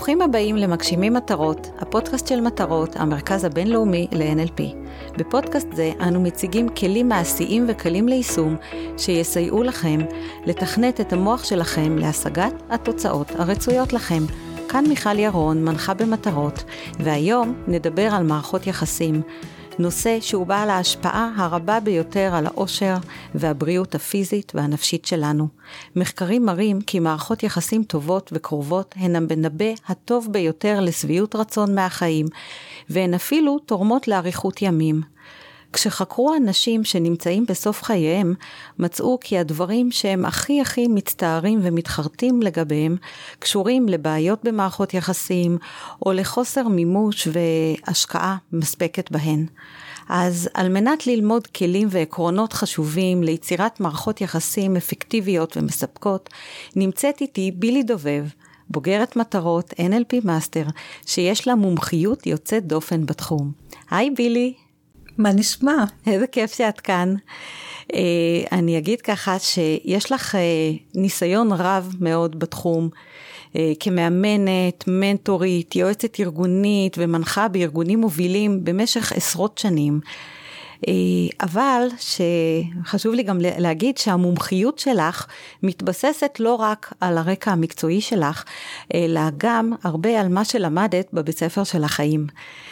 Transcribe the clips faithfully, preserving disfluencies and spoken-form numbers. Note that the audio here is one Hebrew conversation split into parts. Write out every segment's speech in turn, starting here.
ברוכים הבאים למגשימים מטרות, הפודקאסט של מטרות, המרכז הבינלאומי ל-אן אל פי. בפודקאסט זה אנו מציגים כלים מעשיים וקלים ליישום שיסייעו לכם לתכנת את המוח שלכם להשגת התוצאות הרצויות לכם. כאן מיכל ירון, מנחה במטרות, והיום נדבר על מערכות יחסים, נושא שהוא בעל ההשפעה הרבה ביותר על האושר והבריאות הפיזית והנפשית שלנו. מחקרים מראים כי מערכות יחסים טובות וקרובות הן המנבא הטוב ביותר לשביעות רצון מהחיים, והן אפילו תורמות לאריכות ימים. כשחקרו אנשים שנמצאים בסוף חייהם, מצאו כי הדברים שהם הכי הכי מצטערים ומתחרטים לגביהם, קשורים לבעיות במערכות יחסים, או לחוסר מימוש והשקעה מספקת בהן. אז על מנת ללמוד כלים ועקרונות חשובים ליצירת מערכות יחסים אפקטיביות ומספקות, נמצאת איתי בילי דובב, בוגרת מטרות אן אל פי מאסטר, שיש לה מומחיות יוצאת דופן בתחום. היי בילי. מה נשמע? איזה כיף שאת כאן. אה, אני אגיד ככה שיש לך אה, ניסיון רב מאוד בתחום, אה, כמאמנת, מנטורית, יועצת ארגונית ומנחה בארגונים מובילים במשך עשרות שנים. אה, אבל שחשוב לי גם להגיד שהמומחיות שלך מתבססת לא רק על הרקע המקצועי שלך, אלא גם הרבה על מה שלמדת בבית ספר של החיים.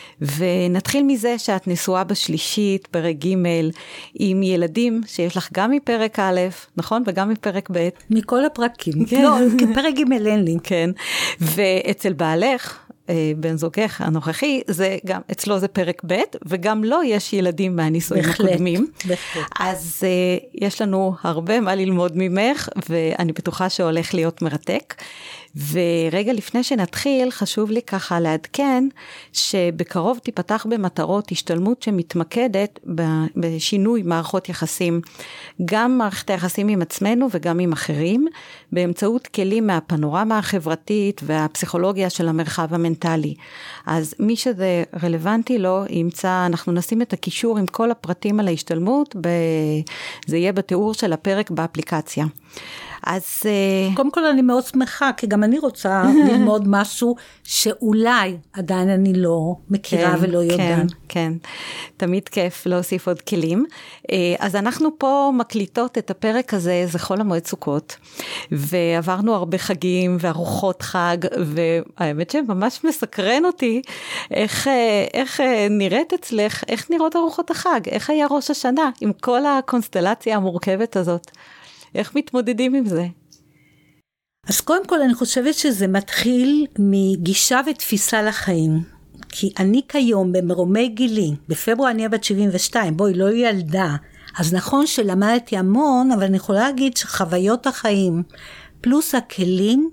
ונתחיל מזה שאת נשואה בשלישית, פרק ג' עם ילדים שיש לך גם מפרק א', נכון? וגם מפרק ב'. מכל הפרקים. כן. לא, כפרק ג' אין לי. כן. ואצל בעלך, בן זוגך הנוכחי, זה גם, אצלו זה פרק ב', וגם לו יש ילדים מהנישואים הקודמים. בהחלט. אז יש לנו הרבה מה ללמוד ממך, ואני בטוחה שהולך להיות מרתק. ורגע לפני שנתחיל, חשוב לי ככה לעדכן, שבקרוב תיפתח במטרות השתלמות שמתמקדת בשינוי מערכות יחסים, גם מערכת היחסים עם עצמנו וגם עם אחרים, באמצעות כלים מהפנורמה החברתית והפסיכולוגיה של המרחב המנטלי. אז מי שזה רלוונטי לו, ימצא, אנחנו נשים את הקישור עם כל הפרטים על ההשתלמות, ב... זה יהיה בתיאור של הפרק באפליקציה. אז קודם כל אני מאוד שמחה, כי גם אני רוצה ללמוד משהו שאולי עדיין אני לא מכירה ולא יודעת. כן, כן. תמיד כיף להוסיף עוד כלים. אז אנחנו פה מקליטות את הפרק הזה, זה חול המועד סוכות, ועברנו הרבה חגים וארוחות חג, והאמת שממש מסקרן אותי, איך, איך נראית אצלך, איך נראות ארוחות החג, איך היה ראש השנה, עם כל הקונסטלציה המורכבת הזאת. איך מתמודדים עם זה? אז קודם כל אני חושבת שזה מתחיל מגישה ותפיסה לחיים. כי אני כיום במרומי גילי, בפברואר אני בת שבעים ושתיים, בואי לא ילדה. אז נכון שלמדתי המון, אבל אני יכולה להגיד שחוויות החיים פלוס הכלים,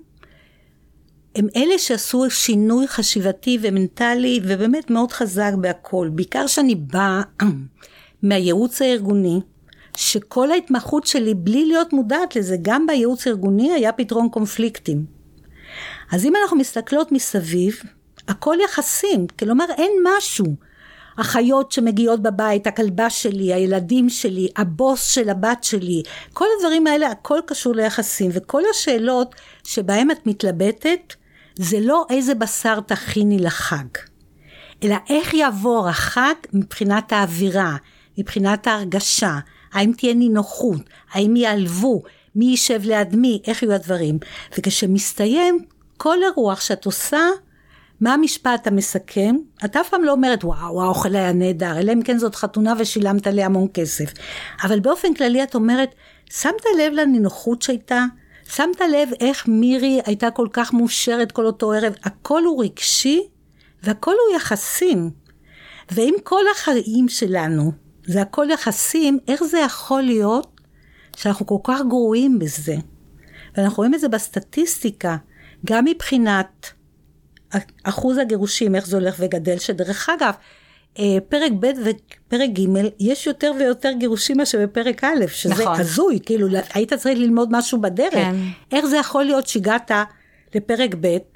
הם אלה שעשו שינוי חשיבתי ומנטלי, ובאמת מאוד חזק בהכל. בעיקר שאני באה מהייעוץ הארגוני, שכל ההתמחות שלי, בלי להיות מודעת לזה, גם בייעוץ ארגוני, היה פתרון קונפליקטים. אז אם אנחנו מסתכלות מסביב, הכל יחסים, כלומר אין משהו. החיות שמגיעות בבית, הכלבה שלי, הילדים שלי, הבוס של הבת שלי, כל הדברים האלה, הכל קשור ליחסים, וכל השאלות שבהם את מתלבטת, זה לא איזה בשר תכיני לחג, אלא איך יעבור החג מבחינת האווירה, מבחינת ההרגשה, האם תהיה נינוחות, האם יעלבו, מי יישב ליד מי, איך יהיו הדברים. וכשמסתיים כל הרוח שאת עושה, מה המשפט המסכם? את אף פעם לא אומרת, וואו, האוכל היה נהדר, אלא אם כן זאת חתונה ושילמת לי המון כסף. אבל באופן כללי את אומרת, שמת לב לנינוחות שהייתה? שמת לב איך מירי הייתה כל כך מאושרת כל אותו ערב? הכל הוא רגשי, והכל הוא יחסים. ואם כל החיים שלנו, זה הכל יחסים, איך זה יכול להיות שאנחנו כל כך גרועים בזה? ואנחנו רואים את זה בסטטיסטיקה, גם מבחינת אחוז הגירושים, איך זה הולך וגדל, שדרך אגב, פרק ב' ופרק ג' יש יותר ויותר גירושים מאשר בפרק א', שזה נכון. הזוי, כאילו היית צריך ללמוד משהו בדרך. כן. איך זה יכול להיות שהגעת לפרק ב'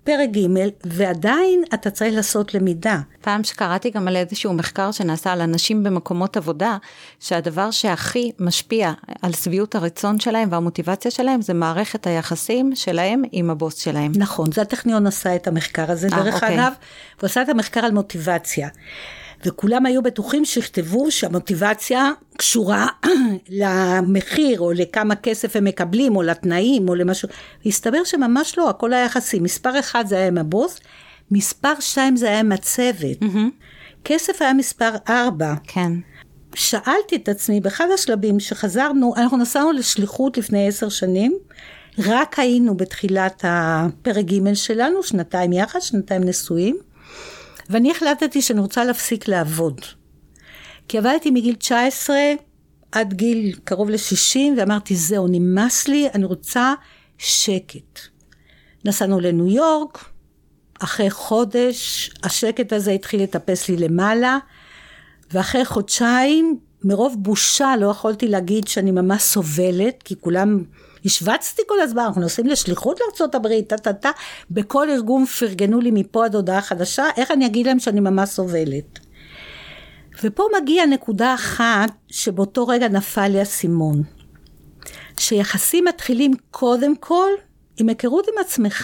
פרק ג' ועדיין אתה צריך לעשות למידה. פעם שקראתי גם על איזשהו מחקר שנעשה על אנשים במקומות עבודה, שהדבר שהכי משפיע על סביעות הרצון שלהם והמוטיבציה שלהם, זה מערכת היחסים שלהם עם הבוס שלהם. נכון, זה הטכניון עשה את המחקר הזה, דרך אוקיי. אגב, הוא עשה את המחקר על מוטיבציה. וכולם היו בטוחים שכתבו שהמוטיבציה קשורה למחיר, או לכמה כסף הם מקבלים, או לתנאים, או למשהו. והסתבר שממש לא, הכל היה יחסי. מספר אחד זה היה עם הבוס, מספר שתיים זה היה עם הצוות. Mm-hmm. כסף היה מספר ארבע. כן. שאלתי את עצמי, באחד השלבים שחזרנו, אנחנו נסענו לשליחות לפני עשר שנים, רק היינו בתחילת הפרק ג' שלנו, שנתיים יחד, שנתיים נשואים, ואני החלטתי שאני רוצה להפסיק לעבוד. כי עבדתי מגיל תשע עשרה עד גיל קרוב ל-שישים, ואמרתי, זהו, נמאס לי, אני רוצה שקט. נסענו לניו יורק, אחרי חודש, השקט הזה התחיל לטפס לי למעלה, ואחרי חודשיים, מרוב בושה לא יכולתי להגיד שאני ממש סובלת, כי כולם השבצתי כל הזמן, אנחנו נוסעים לשליחות לארצות הברית, טה-טה-טה, בכל ארגון פרגנו לי מפה עד הודעה חדשה, איך אני אגיד להם שאני ממש סובלת. ופה מגיע נקודה אחת, שבאותו רגע נפל לי הסימון, שיחסים מתחילים קודם כל, עם היכרות עם עצמך,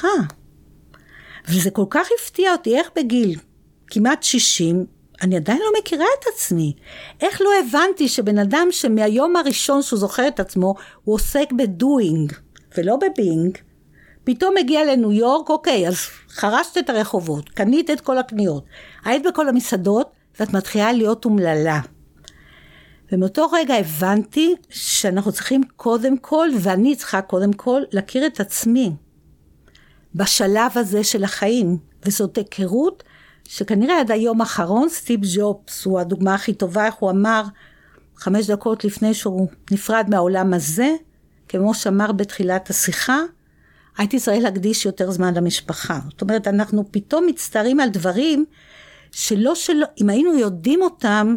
וזה כל כך הפתיע אותי, איך בגיל כמעט שישים, אני עדיין לא מכירה את עצמי. איך לא הבנתי שבן אדם שמהיום הראשון שהוא זוכר את עצמו, הוא עוסק בדואינג, ולא בבינג, פתאום מגיע לניו יורק, אוקיי, אז חרשת את הרחובות, קנית את כל הקניות, היית בכל המסעדות, ואת מתחילה להיות אומללה. ומאותו רגע הבנתי שאנחנו צריכים קודם כל, ואני צריכה קודם כל, להכיר את עצמי, בשלב הזה של החיים, וזאת היכרות, שכנראה עד היום האחרון, סטיב ג'ובס הוא הדוגמה הכי טובה, איך הוא אמר, חמש דקות לפני שהוא נפרד מהעולם הזה, כמו שאמר בתחילת השיחה, הייתי צריך להקדיש יותר זמן למשפחה. זאת אומרת, אנחנו פתאום מצטערים על דברים, שלא שלא, אם היינו יודעים אותם,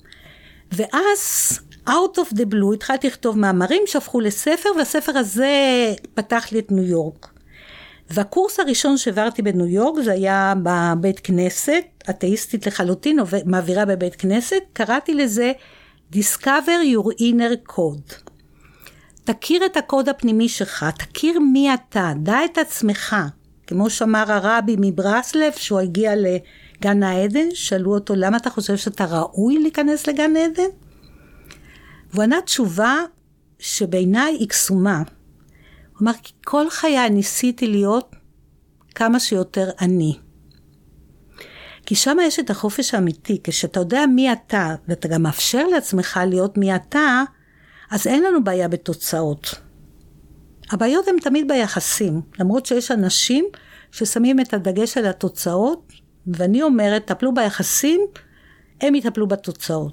ואז, out of the blue, התחלתי לכתוב מאמרים שהפכו לספר, והספר הזה פתח לי את ניו יורק. והקורס הראשון שעברתי בניו יורק, זה היה בבית כנסת, אתאיסטית לחלוטין, מעבירה בבית כנסת, קראתי לזה, Discover your inner code. תכיר את הקוד הפנימי שלך, תכיר מי אתה, דע את עצמך, כמו שאמר הרבי מברסלב, שהוא הגיע לגן העדן, שאלו אותו, למה אתה חושב שאתה ראוי להיכנס לגן עדן? והוא ענה תשובה שבעיניי היא קסומה, הוא אמר, כי כל חיי ניסיתי להיות כמה שיותר אני. כי שם יש את החופש האמיתי, כשאתה יודע מי אתה, ואתה גם מאפשר לעצמך להיות מי אתה, אז אין לנו בעיה בתוצאות. הבעיות הן תמיד ביחסים, למרות שיש אנשים ששמים את הדגש על התוצאות, ואני אומרת, טפלו ביחסים, הם יטפלו בתוצאות.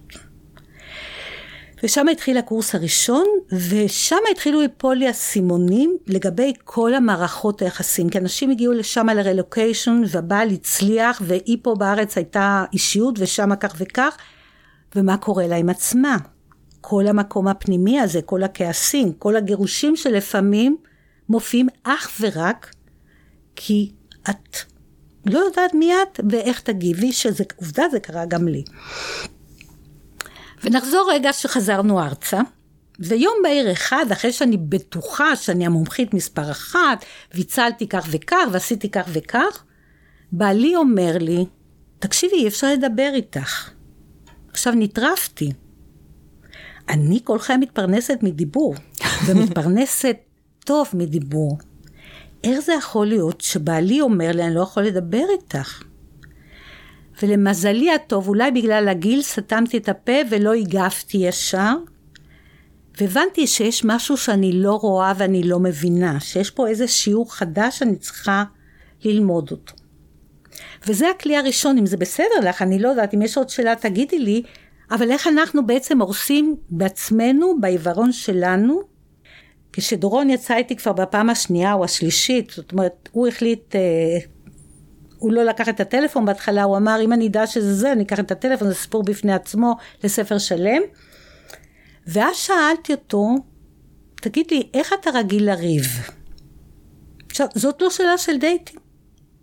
ושם התחיל הקורס הראשון, ושם התחילו ליפול לי הסימונים לגבי כל המערכות היחסים, כי אנשים הגיעו לשם לרלוקיישן, והבעל הצליח, והיא פה בארץ הייתה אישיות, ושם כך וכך, ומה קורה לה עם עצמה? כל המקום הפנימי הזה, כל הכעסים, כל הגירושים שלפעמים מופיעים אך ורק, כי את לא יודעת מי את, ואיך תגיבי, שזה עובדה, זה קרה גם לי. ונחזור רגע שחזרנו ארצה, ויום בהיר אחד, אחרי שאני בטוחה שאני המומחית מספר אחת, ויצלתי כך וכך, ועשיתי כך וכך, בעלי אומר לי, תקשיבי, אי אפשר לדבר איתך. עכשיו נטרפתי. אני כל חיים מתפרנסת מדיבור, ומתפרנסת טוב מדיבור. איך זה יכול להיות שבעלי אומר לי, אני לא יכול לדבר איתך? ולמזלי הטוב, אולי בגלל הגיל, סתמתי את הפה ולא הגפתי ישר, והבנתי שיש משהו שאני לא רואה ואני לא מבינה, שיש פה איזה שיעור חדש שאני צריכה ללמוד אותו. וזה הכלי הראשון, אם זה בסדר לך, אני לא יודעת, אם יש עוד שאלה תגידי לי, אבל איך אנחנו בעצם הורסים בעצמנו, בעיוורון שלנו, כשדורון יצא איתי כבר בפעם השנייה או השלישית, זאת אומרת, הוא החליט... הוא לא לקח את הטלפון בהתחלה, הוא אמר, אם אני אדע שזה זה, אני אקח את הטלפון, זה סיפור בפני עצמו, לספר שלם. ואז שאלתי אותו, תגיד לי, איך אתה רגיל לריב? עכשיו, זאת לא שאלה של דייטים.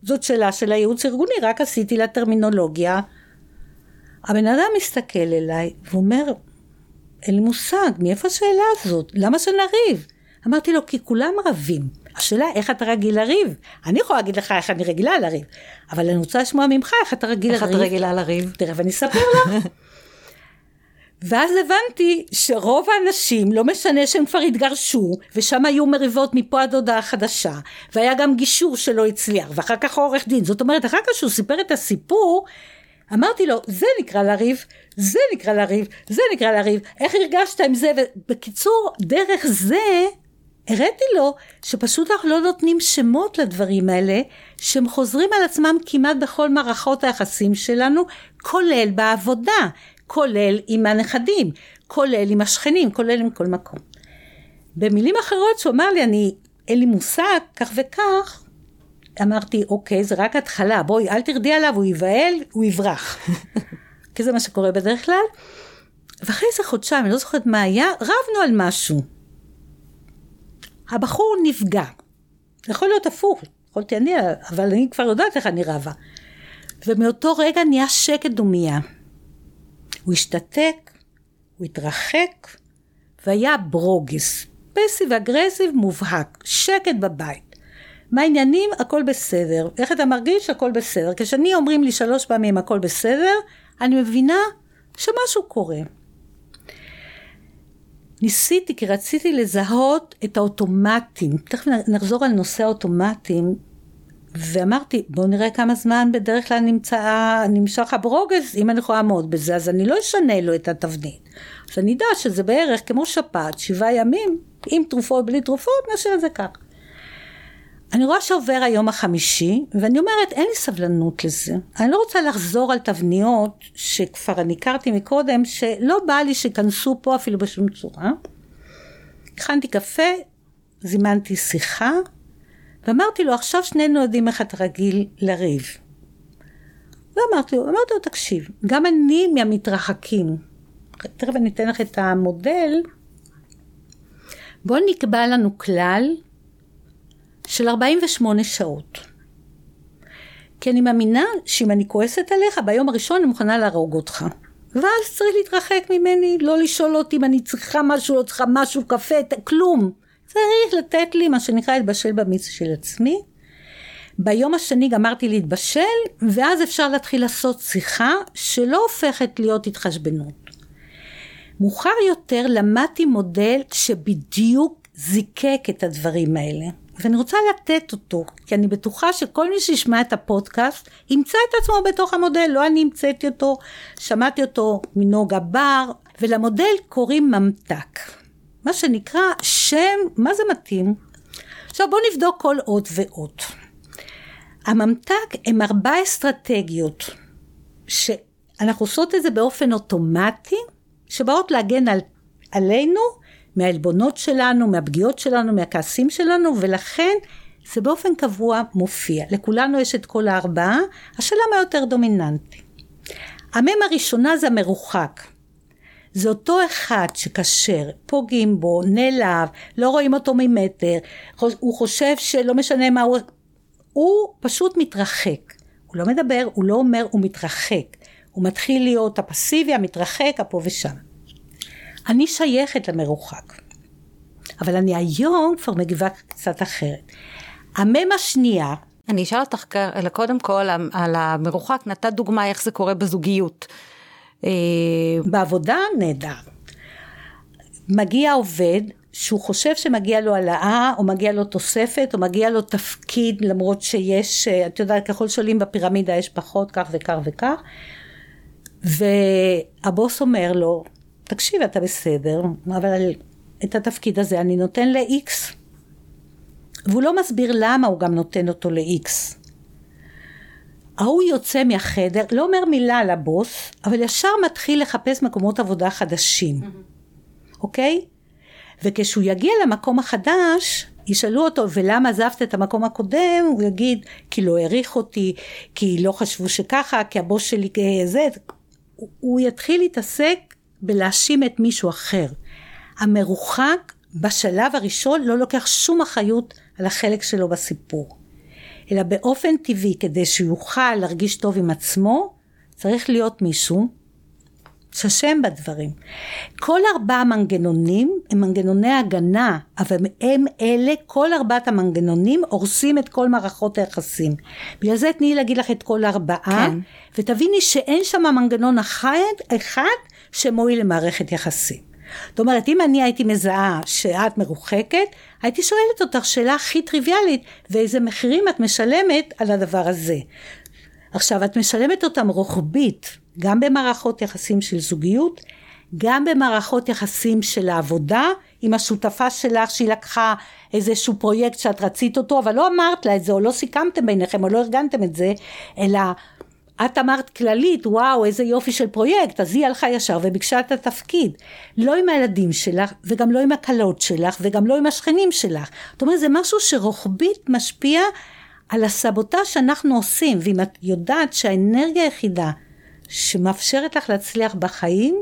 זאת שאלה של הייעוץ ארגוני, רק עשיתי לה טרמינולוגיה. הבן אדם מסתכל אליי, ואומר, אין לי מושג, מאיפה השאלה הזאת? למה שנריב? אמרתי לו, כי כולם רבים. השאלה, איך אתה רגיל לריב? אני יכולה להגיד לך איך אני רגילה לריב, אבל אני רוצה לשמוע ממך איך אתה רגיל לריב. איך את רגילה לריב? תראה, ואני אספר לך. ואז הבנתי שרוב האנשים, לא משנה שהם כבר התגרשו, ושם היו מריבות מפה עד הודעה חדשה, והיה גם גישור שלא הצליח, ואחר כך עורך דין. זאת אומרת, אחר כך שהוא סיפר את הסיפור, אמרתי לו, זה נקרא לריב, זה נקרא לריב, זה נקרא לריב, איך הרגשת עם זה? ובקיצור, דרך זה, הראיתי לו שפשוט אנחנו לא נותנים שמות לדברים האלה, שהם חוזרים על עצמם כמעט בכל מערכות היחסים שלנו, כולל בעבודה, כולל עם הנכדים, כולל עם השכנים, כולל עם כל מקום. במילים אחרות שהוא אמר לי, אני, אין לי מושג, כך וכך, אמרתי, אוקיי, זה רק התחלה, בואי, אל תרדי עליו, הוא יבעל, הוא יברח. כי זה מה שקורה בדרך כלל. ואחרי איזה חודשיים, אני לא זוכרת מה היה, רבנו על משהו. הבחור נפגע. זה יכול להיות הפוך, יכולתי אני, אבל אני כבר יודעת איך אני רבה. ומאותו רגע נהיה שקט דומיה. הוא השתתק, הוא התרחק, והיה ברוגס, פסיב אגרסיב מובהק, שקט בבית. מה העניינים? הכל בסדר. איך אתה מרגיש? הכל בסדר. כשאני אומרים לי שלוש פעמים הכל בסדר, אני מבינה שמשהו קורה. ניסיתי, כי רציתי לזהות את האוטומטים. תכף נחזור על נושא האוטומטים, ואמרתי, בואו נראה כמה זמן בדרך כלל נמצא, נמשך הברוגז, אם אני יכולה לעמוד בזה, אז אני לא אשנה לו את התבנית. אז אני יודע שזה בערך כמו שפעת, שבעה ימים, עם תרופות, בלי תרופות, נשאר את זה כך. אני רואה שעובר היום החמישי, ואני אומרת, אין לי סבלנות לזה. אני לא רוצה לחזור על תבניות, שכבר אני הכרתי מקודם, שלא בא לי שכנסו פה אפילו בשום צורה. הכנתי קפה, זימנתי שיחה, ואמרתי לו, עכשיו שנינו יודעים איך אתה רגיל לריב. ואמרתי לו, אמרתי לו, תקשיב, גם אני מהמתרחקים. תכף אני אתן לך את המודל. בוא נקבע לנו כלל של ארבעים ושמונה שעות. כי אני מאמינה שאם אני כועסת עליך, ביום הראשון אני מוכנה להרוג אותך. ואז צריך להתרחק ממני, לא לשאול אותי אם אני צריכה משהו, לא צריכה משהו, קפה, כלום. צריך לתת לי מה שנקרא להתבשל במיץ של עצמי. ביום השני גמרתי להתבשל, ואז אפשר להתחיל לעשות שיחה שלא הופכת להיות התחשבנות. מאוחר יותר למדתי מודל שבדיוק זיקק את הדברים האלה. ואני רוצה לתת אותו, כי אני בטוחה שכל מי שישמע את הפודקאסט, ימצא את עצמו בתוך המודל, לא אני המצאתי אותו, שמעתי אותו מנוגה בר, ולמודל קוראים ממתק. מה שנקרא שם, מה זה מתאים? עכשיו בואו נבדוק כל אות ואות. הממתק הם ארבע אסטרטגיות, שאנחנו עושות את זה באופן אוטומטי, שבאות להגן על, עלינו, מהעלבונות שלנו, מהפגיעות שלנו, מהכעסים שלנו, ולכן זה באופן קבוע מופיע. לכולנו יש את כל הארבעה, השאלה מה יותר דומיננטי. המם הראשונה זה המרוחק. זה אותו אחד שקשר, פוגעים בו, נעלב, לא רואים אותו ממטר, הוא חושב שלא משנה מה הוא, הוא פשוט מתרחק. הוא לא מדבר, הוא לא אומר, הוא מתרחק. הוא מתחיל להיות הפסיבי, המתרחק, הפה ושם. אני שייכת למרוחק. אבל אני היום כבר מגיבה קצת אחרת. המם השנייה, אני אשאל אותך קודם כל על המרוחק, נתת דוגמה איך זה קורה בזוגיות. בעבודה נהדר. מגיע עובד שהוא חושב שמגיע לו העלאה, או מגיע לו תוספת, או מגיע לו תפקיד, למרות שיש, את יודעת, ככל שעולים בפירמידה יש פחות, כך וכך וכך. והבוס אומר לו, תקשיב, אתה בסדר, אבל את התפקיד הזה אני נותן ל-X. והוא לא מסביר למה הוא גם נותן אותו ל-X. ההוא יוצא מהחדר, לא אומר מילה על הבוס, אבל ישר מתחיל לחפש מקומות עבודה חדשים. Mm-hmm. אוקיי? וכשהוא יגיע למקום החדש, ישאלו אותו, ולמה עזבת את המקום הקודם? הוא יגיד, כי לא העריך אותי, כי לא חשבו שככה, כי הבוס שלי זה. הוא יתחיל להתעסק בלהאשים את מישהו אחר. המרוחק בשלב הראשון לא לוקח שום אחריות על החלק שלו בסיפור. אלא באופן טבעי, כדי שיוכל להרגיש טוב עם עצמו, צריך להיות מישהו ששם בדברים. כל ארבעה המנגנונים הם מנגנוני הגנה, אבל הם אלה, כל ארבעת המנגנונים הורסים את כל מערכות היחסים. בגלל זה תני להגיד לך את כל ארבעה, כן. ותביני שאין שם מנגנון אחד, אחד שמועיל למערכת יחסים. זאת אומרת, אם אני הייתי מזהה שאת מרוחקת, הייתי שואלת אותך שאלה הכי טריוויאלית, ואיזה מחירים את משלמת על הדבר הזה. עכשיו, את משלמת אותם רוחבית, גם במערכות יחסים של זוגיות, גם במערכות יחסים של העבודה, עם השותפה שלך שהיא לקחה איזשהו פרויקט שאת רצית אותו, אבל לא אמרת לה את זה, או לא סיכמתם ביניכם, או לא ארגנתם את זה, אלא את אמרת כללית, וואו, איזה יופי של פרויקט, אז היא הלכה ישר וביקשה את התפקיד. לא עם הילדים שלך, וגם לא עם הקלות שלך, וגם לא עם השכנים שלך. זאת אומרת, זה משהו שרוחבית משפיע על הסבוטה שאנחנו עושים, ואם את יודעת שהאנרגיה היחידה שמאפשרת לך להצליח בחיים,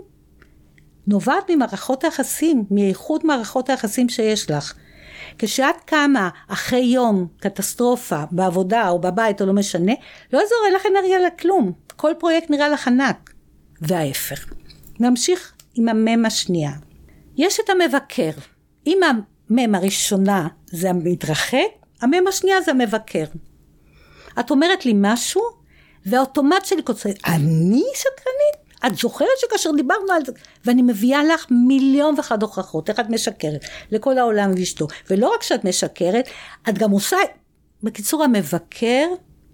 נובעת ממערכות היחסים, מאיכות מערכות היחסים שיש לך. כשאת קמה אחרי יום קטסטרופה בעבודה או בבית או לא משנה, לא יעזור לך אנרגיה לכלום. כל פרויקט נראה לך ענק. וההפך. נמשיך עם המם השנייה. יש את המבקר. אם המם הראשונה זה המתרחק, המם השנייה זה המבקר. את אומרת לי משהו, והאוטומט שלי קוצר, אני שקרנית? את זוכרת שכאשר דיברנו על זה, ואני מביאה לך מיליון ואחד הוכחות, איך את משקרת, לכל העולם ואשתו, ולא רק שאת משקרת, את גם עושה, בקיצור המבקר,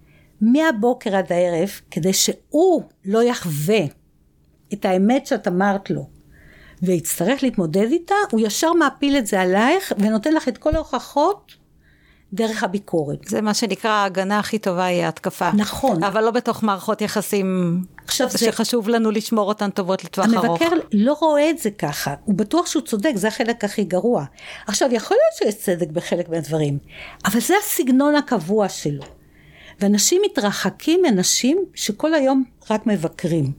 מהבוקר עד הערב, כדי שהוא לא יחווה את האמת שאת אמרת לו, ויצטרך להתמודד איתה, הוא ישר מעפיל את זה עלייך, ונותן לך את כל ההוכחות, דרך הביקורת. זה מה שנקרא, ההגנה הכי טובה היא ההתקפה. נכון. אבל לא בתוך מערכות יחסים, עכשיו זה שחשוב לנו לשמור אותן טובות לטווח ארוך. המבקר לא רואה את זה ככה, הוא בטוח שהוא צודק, זה החלק הכי גרוע. עכשיו, יכול להיות שיש צדק בחלק מהדברים, אבל זה הסגנון הקבוע שלו. ואנשים מתרחקים מאנשים שכל היום רק מבקרים.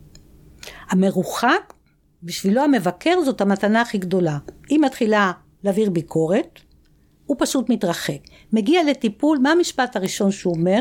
המרוחק, בשבילו המבקר זאת המתנה הכי גדולה. היא מתחילה להעביר ביקורת, הוא פשוט מתרחק. מגיע לטיפול, מה המשפט הראשון שהוא אומר?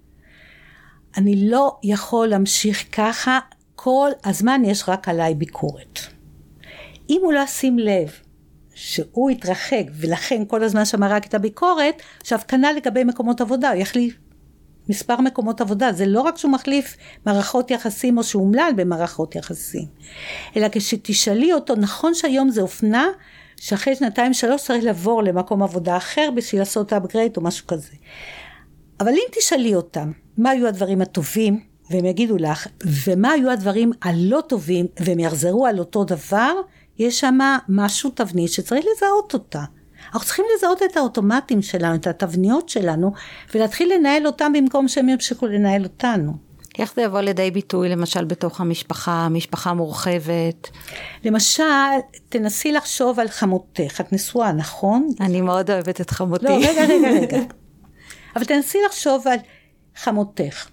אני לא יכול להמשיך ככה, כל הזמן יש רק עליי ביקורת. אם הוא לא שים לב שהוא יתרחק, ולכן כל הזמן שמע רק את הביקורת, עכשיו כנ"ל לגבי מקומות עבודה, הוא יחליף מספר מקומות עבודה, זה לא רק שהוא מחליף מערכות יחסים, או שהוא אומלל במערכות יחסים, אלא כשתשאלי אותו, נכון שהיום זה אופנה, שאחרי שנתיים שלוש צריך לעבור למקום עבודה אחר, בשביל לעשות upgrade או משהו כזה. אבל אם תשאלי אותם, מה היו הדברים הטובים, והם יגידו לך, ומה היו הדברים הלא טובים, והם יחזרו על אותו דבר, יש שם משהו תבנית שצריך לזהות אותה. אנחנו צריכים לזהות את האוטומטים שלנו, את התבניות שלנו, ולהתחיל לנהל אותם במקום שהם ימשיכו לנהל אותנו. איך זה יבוא לידי ביטוי, למשל בתוך המשפחה, משפחה מורחבת? למשל, תנסי לחשוב על חמותך, את נשואה, נכון? אני מאוד אוהבת את חמותי. לא, רגע, רגע, רגע. אבל תנסי לחשוב על חמותך.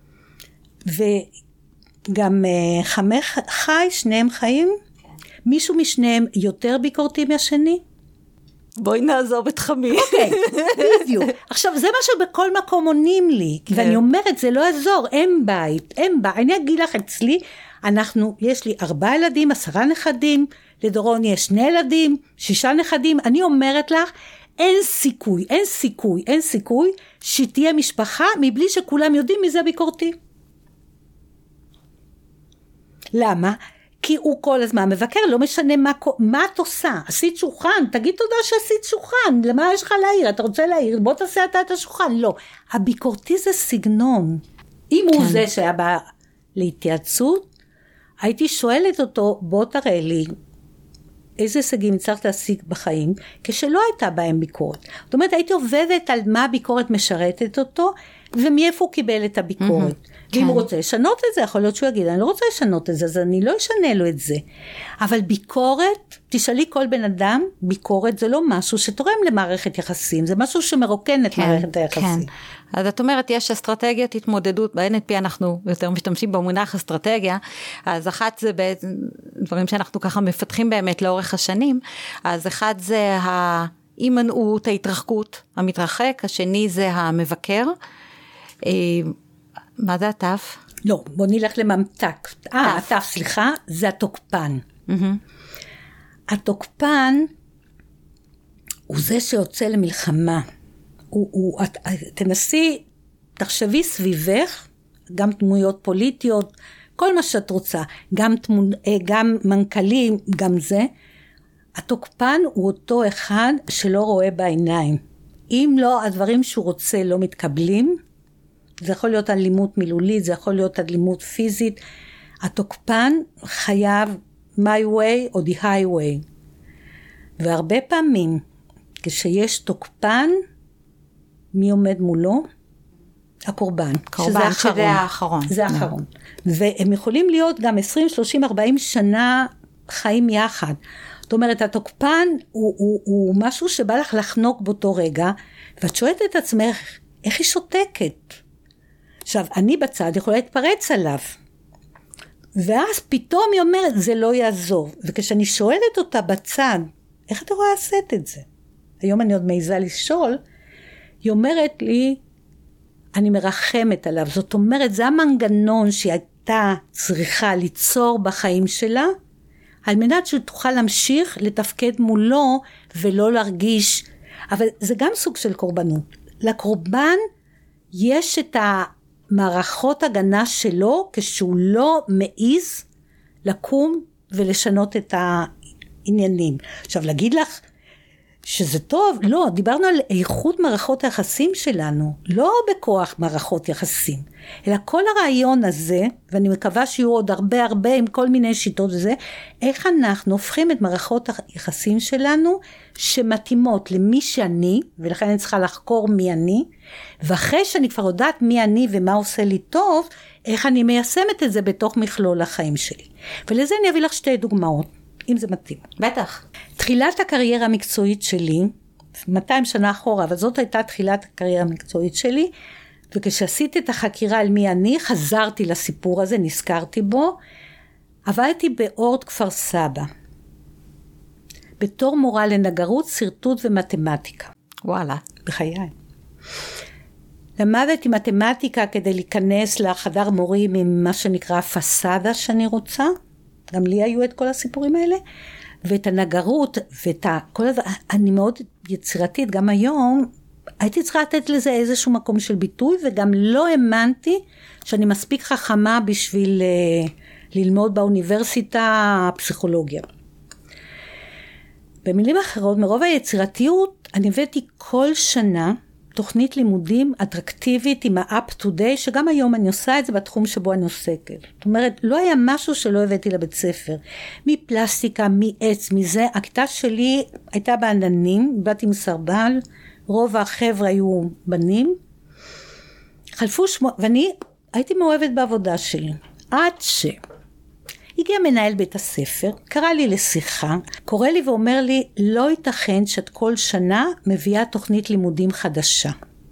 וגם uh, חמך חי, שניהם חיים, מישהו משניהם יותר ביקורתי מהשני? בואי נעזוב את חמי. אוקיי, בדיוק. עכשיו, זה מה שבכל מקום עונים לי, ואני אומרת, זה לא יעזור, אין בית, אין בית. אני אגיד לך אצלי, אנחנו, יש לי ארבעה ילדים, עשרה נכדים, לדורון יש שני ילדים, שישה נכדים, אני אומרת לך, אין סיכוי, אין סיכוי, אין סיכוי, שתהיה משפחה, מבלי שכולם יודעים מי זה ביקורתי. למה? כי הוא כל הזמן מבקר, לא משנה מה, מה את עושה, עשית שולחן, תגיד תודה שעשית שולחן, למה יש לך להעיר, אתה רוצה להעיר, בוא תעשה אתה את השולחן, לא, הביקורתי זה סגנון, אם כן. הוא זה שהיה בא להתייעצות, הייתי שואלת אותו, בוא תראה לי, איזה הישגים צריך להשיג בחיים, כשלא הייתה בהם ביקורת, זאת אומרת, הייתי עובדת על מה הביקורת משרתת אותו, ומאיפה הוא קיבל את הביקורת, mm-hmm. ואם כן. הוא רוצה לשנות את זה, יכול להיות שהוא יגיד, אני לא רוצה לשנות את זה, אז אני לא אשנה לו את זה, אבל ביקורת, תשאלי כל בן אדם, ביקורת זה לא משהו שתורם למערכת יחסים, זה משהו שמרוקן את כן, מערכת היחסים. כן. אז את אומרת, יש אסטרטגיית התמודדות, ב-אן אל פי אנחנו יותר משתמשים במונח אסטרטגיה, אז אחת זה בעצם דברים שאנחנו ככה מפתחים באמת לאורך השנים, אז אחד זה ההימנעות, ההתרחקות, המתרחק, השני זה המבקר, מה זה התף? לא, בוא נלך לממתק. אה, התף, סליחה, זה התוקפן. התוקפן הוא זה שיוצא למלחמה. הוא, הוא, את, תנסי, תחשבי סביבך, גם דמויות פוליטיות, כל מה שאת רוצה, גם, תמונ, גם מנכלים, גם זה. התוקפן הוא אותו אחד שלא רואה בעיניים. אם לא, הדברים שהוא רוצה לא מתקבלים, זה יכול להיות אלימות מילולית, זה יכול להיות אלימות פיזית. התוקפן חייב my way או the highway. והרבה פעמים, כשיש תוקפן, מי עומד מולו? הקורבן. קורבן, שזה האחרון. שזה האחרון. זה האחרון. והם יכולים להיות גם עשרים, שלושים, ארבעים שנה חיים יחד. זאת אומרת, התוקפן הוא, הוא, הוא משהו שבא לך לחנוק באותו רגע, ואת שואלת את עצמך, איך היא שותקת? עכשיו, אני בצד יכולה להתפרץ עליו. ואז פתאום היא אומרת, זה לא יעזור. וכשאני שואלת אותה בצד, איך אתה רואה לעשות את זה? היום אני עוד מעיזה לשאול, היא אומרת לי, אני מרחמת עליו. זאת אומרת, זה המנגנון שהיא הייתה צריכה ליצור בחיים שלה, על מנת שתוכל להמשיך לתפקד מולו, ולא להרגיש, אבל זה גם סוג של קורבנות. לקורבן יש את המערכות הגנה שלו, כשהוא לא מעיז לקום ולשנות את העניינים. עכשיו, להגיד לך שזה טוב, לא, דיברנו על איכות מערכות היחסים שלנו, לא בכוח מערכות יחסים, אלא כל הרעיון הזה, ואני מקווה שיהיו עוד הרבה הרבה עם כל מיני שיטות וזה, איך אנחנו הופכים את מערכות היחסים שלנו, שמתאימות למי שאני, ולכן אני צריכה לחקור מי אני, ואחרי שאני כבר יודעת מי אני ומה עושה לי טוב, איך אני מיישמת את זה בתוך מכלול החיים שלי. ולזה אני אביא לך שתי דוגמאות, אם זה מתאים. בטח. תחילת הקריירה המקצועית שלי, מאתיים שנה אחורה, אבל זאת הייתה תחילת הקריירה המקצועית שלי, וכשעשיתי את החקירה על מי אני, חזרתי לסיפור הזה, נזכרתי בו, עבדתי באורט כפר סבא, בתור מורה לנגרות, סרטוט ומתמטיקה. וואלה. בחיי. למדתי מתמטיקה כדי להיכנס לחדר מורים עם מה שנקרא פסאדה שאני רוצה, גם לי היו את כל הסיפורים האלה, ואת הנגרות, ואת כל הדבר, אני מאוד יצירתית, גם היום, הייתי צריכה לתת לזה איזשהו מקום של ביטוי, וגם לא האמנתי שאני מספיק חכמה בשביל uh, ללמוד באוניברסיטה הפסיכולוגיה. במילים אחרות, מרוב היצירתיות, אני הבאתי כל שנה, תוכנית לימודים אטרקטיבית עם ה-up to date, שגם היום אני עושה את זה בתחום שבו אני עוסקת. זאת אומרת, לא היה משהו שלא הבאתי לבית ספר. מפלסטיקה, מעץ, מזה. הכיתה שלי הייתה בעננים, באתי מסרבל, רוב החבר'ה היו בנים. חלפו שמו, ואני הייתי מאוהבת בעבודה שלי. עד ש... הגיע מנהל בית הספר, קרא לי לשיחה, קורא לי ואומר לי, לא ייתכן שאת כל שנה מביאה תוכנית לימודים חדשה.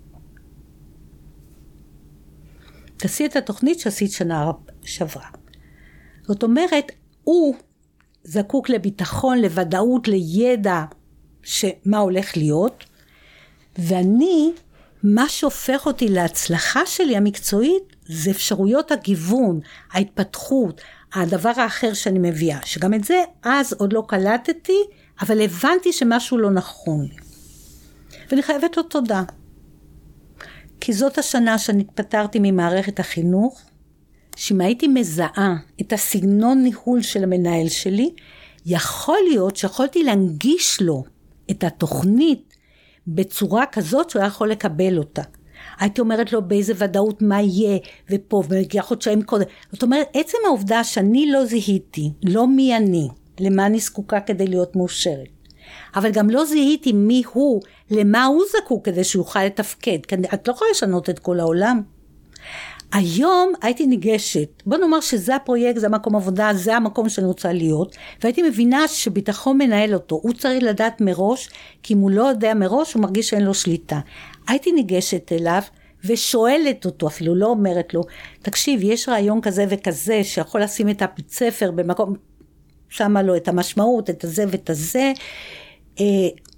תעשי את התוכנית שעשית שנה שעברה. זאת אומרת, הוא זקוק לביטחון, לוודאות, לידע, שמה הולך להיות, ואני, מה שהופך אותי להצלחה שלי המקצועית, זה אפשרויות הגיוון, ההתפתחות, הדבר האחר שאני מביאה, שגם את זה אז עוד לא קלטתי, אבל הבנתי שמשהו לא נכון לי. ואני חייבת לו תודה. כי זאת השנה שאני התפטרתי ממערכת החינוך, שאם הייתי מזהה את הסגנון ניהול של המנהל שלי, יכול להיות שיכולתי להנגיש לו את התוכנית בצורה כזאת שהוא יכול לקבל אותה. הייתי אומרת לו באיזה ודאות מה יהיה, ופה, ומגיע חודשיים קודם. זאת אומרת, עצם העובדה שאני לא זיהיתי, לא מי אני, למה אני זקוקה כדי להיות מאושרת. אבל גם לא זיהיתי מי הוא, למה הוא זקוק כדי שיוכל לתפקד. את לא יכולה לשנות את כל העולם. היום הייתי ניגשת, בוא נאמר שזה הפרויקט, זה המקום עבודה, זה המקום שאני רוצה להיות, והייתי מבינה שביטחון מנהל אותו, הוא צריך לדעת מראש, כי אם הוא לא יודע מראש, הוא מרגיש שאין לו שליטה. הייתי ניגשת אליו, ושואלת אותו, אפילו לא אומרת לו, תקשיב, יש רעיון כזה וכזה, שיכול לשים את הבית ספר במקום, שמה לו את המשמעות, את הזה ואת הזה,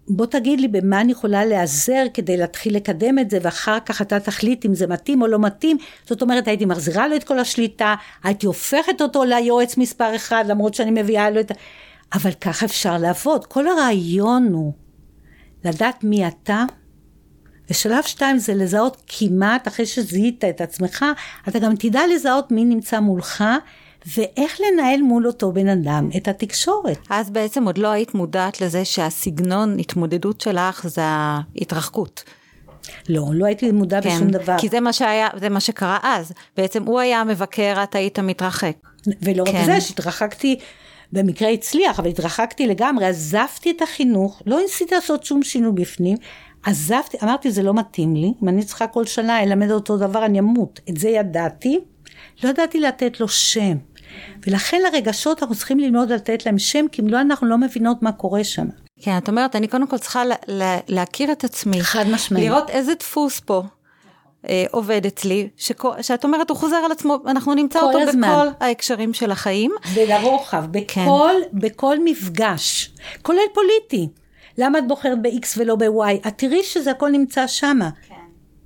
בוא תגיד לי במה אני יכולה להיעזר כדי להתחיל לקדם את זה, ואחר כך אתה תחליט אם זה מתאים או לא מתאים. זאת אומרת, הייתי מחזירה לו את כל השליטה, הייתי הופכת אותו ליועץ מספר אחד, למרות שאני מביאה לו את... אבל ככה אפשר לעבוד. כל הרעיון הוא לדעת מי אתה, ושלב שתיים זה לזהות כמעט, אחרי שזיהית את עצמך, אתה גם תדע לזהות מי נמצא מולך, ואיך לנהל מול אותו בן אדם את התקשורת. אז בעצם עוד לא היית מודעת לזה שהסגנון התמודדות שלך זה ההתרחקות. לא, לא הייתי מודע כן, בשום דבר. כי זה מה שהיה, זה מה שקרה אז. בעצם הוא היה המבקר, את היית מתרחק. ולא כן. רק זה, שהתרחקתי, במקרה הצליח, אבל התרחקתי לגמרי, עזבתי את החינוך, לא ניסיתי לעשות שום שינוי בפנים, עזבתי, אמרתי זה לא מתאים לי, אם אני צריכה כל שנה ללמד אותו דבר, אני אמות. את זה ידעתי, לא ידעתי לתת לו שם. ולכן לרגשות אנחנו צריכים ללמוד לתת להם שם, כי אם לא אנחנו לא מבינות מה קורה שם. כן, את אומרת, אני קודם כל צריכה לה, לה, להכיר את עצמי. חד משמעית. לראות איזה דפוס פה אה, עובד אצלי, שכל, שאת אומרת, הוא חוזר על עצמו, אנחנו נמצא אותו הזמן. בכל ההקשרים של החיים. ולרוחב, בכל, כן. בכל מפגש, כולל פוליטי. למה את בוחרת ב-X ולא ב-Y? את תראי שזה הכל נמצא שמה. כן.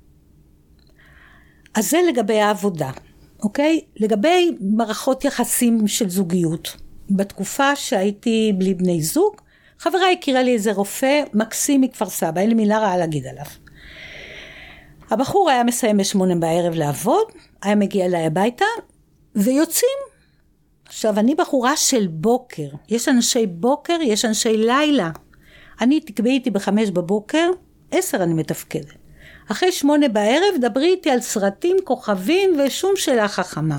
אז זה לגבי העבודה. אוקיי? לגבי מערכות יחסים של זוגיות, בתקופה שהייתי בלי בני זוג, חברה הכירה לי איזה רופא מקסים מכפר סבא, אין לי מילה רעה להגיד עליו. הבחור היה מסיים בשמונה בערב לעבוד, היה מגיע אליי הביתה, ויוצאים. עכשיו, אני בחורה של בוקר, יש אנשי בוקר, יש אנשי לילה. אני תקבעי איתי בחמש בבוקר, עשר אני מתפקדת. אחרי שמונה בערב, דברי איתי על סרטים, כוכבים ושום שאלה חכמה.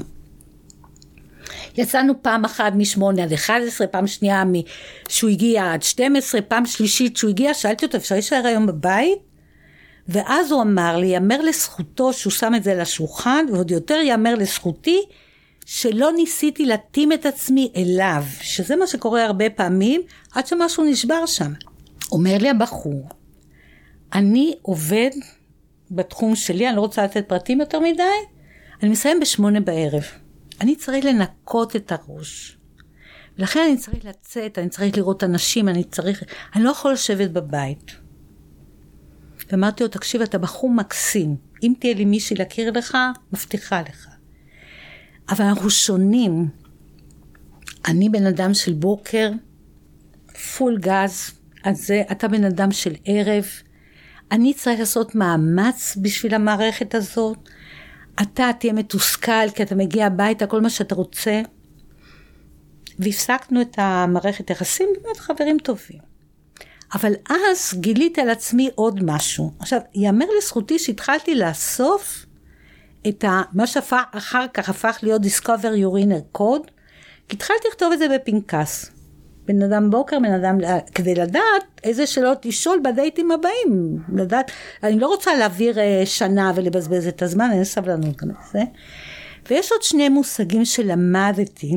יצאנו פעם אחת משמונה עד אחד עשרה, פעם שנייה שהוא הגיע עד שתים עשרה, פעם שלישית שהוא הגיע, שאלתי אותו, אפשר להישאר היום בבית? ואז הוא אמר לי, יאמר לזכותו שהוא שם את זה על השולחן, ועוד יותר יאמר לזכותי, שלא ניסיתי להתאים את עצמי אליו, שזה מה שקורה הרבה פעמים, עד שמשהו נשבר שם. אומר לי הבחור, אני עובד בתחום שלי, אני לא רוצה לתת פרטים יותר מדי, אני מסיים בשמונה בערב. אני צריך לנקות את הראש. ולכן אני צריך לצאת, אני צריך לראות אנשים, אני צריך, אני לא יכול לשבת בבית. ואמרתי לו, תקשיב, אתה בחור מקסים. אם תהיה לי מישהי להכיר לך, מבטיחה לך. אבל אנחנו שונים. אני בן אדם של בוקר, פול גז, אז זה, אתה בן אדם של ערב, אני צריך לעשות מאמץ בשביל המערכת הזאת, אתה תהיה מתוסכל, כי אתה מגיע הביתה, כל מה שאתה רוצה, והפסקנו את המערכת יחסים, באמת חברים טובים. אבל אז גיליתי על עצמי עוד משהו. עכשיו, יאמר לזכותי שהתחלתי לאסוף את ה, מה שאחר כך הפך להיות Discover Your Inner Code, כי התחלתי לכתוב את זה בפנקס. בן אדם בוקר, בן אדם, כדי לדעת איזה שאלות לשאול בדייטים הבאים. לדעת, אני לא רוצה להעביר שנה ולבזבז את הזמן, אין סבלנות גם את זה. ויש עוד שני מושגים שלמדתי,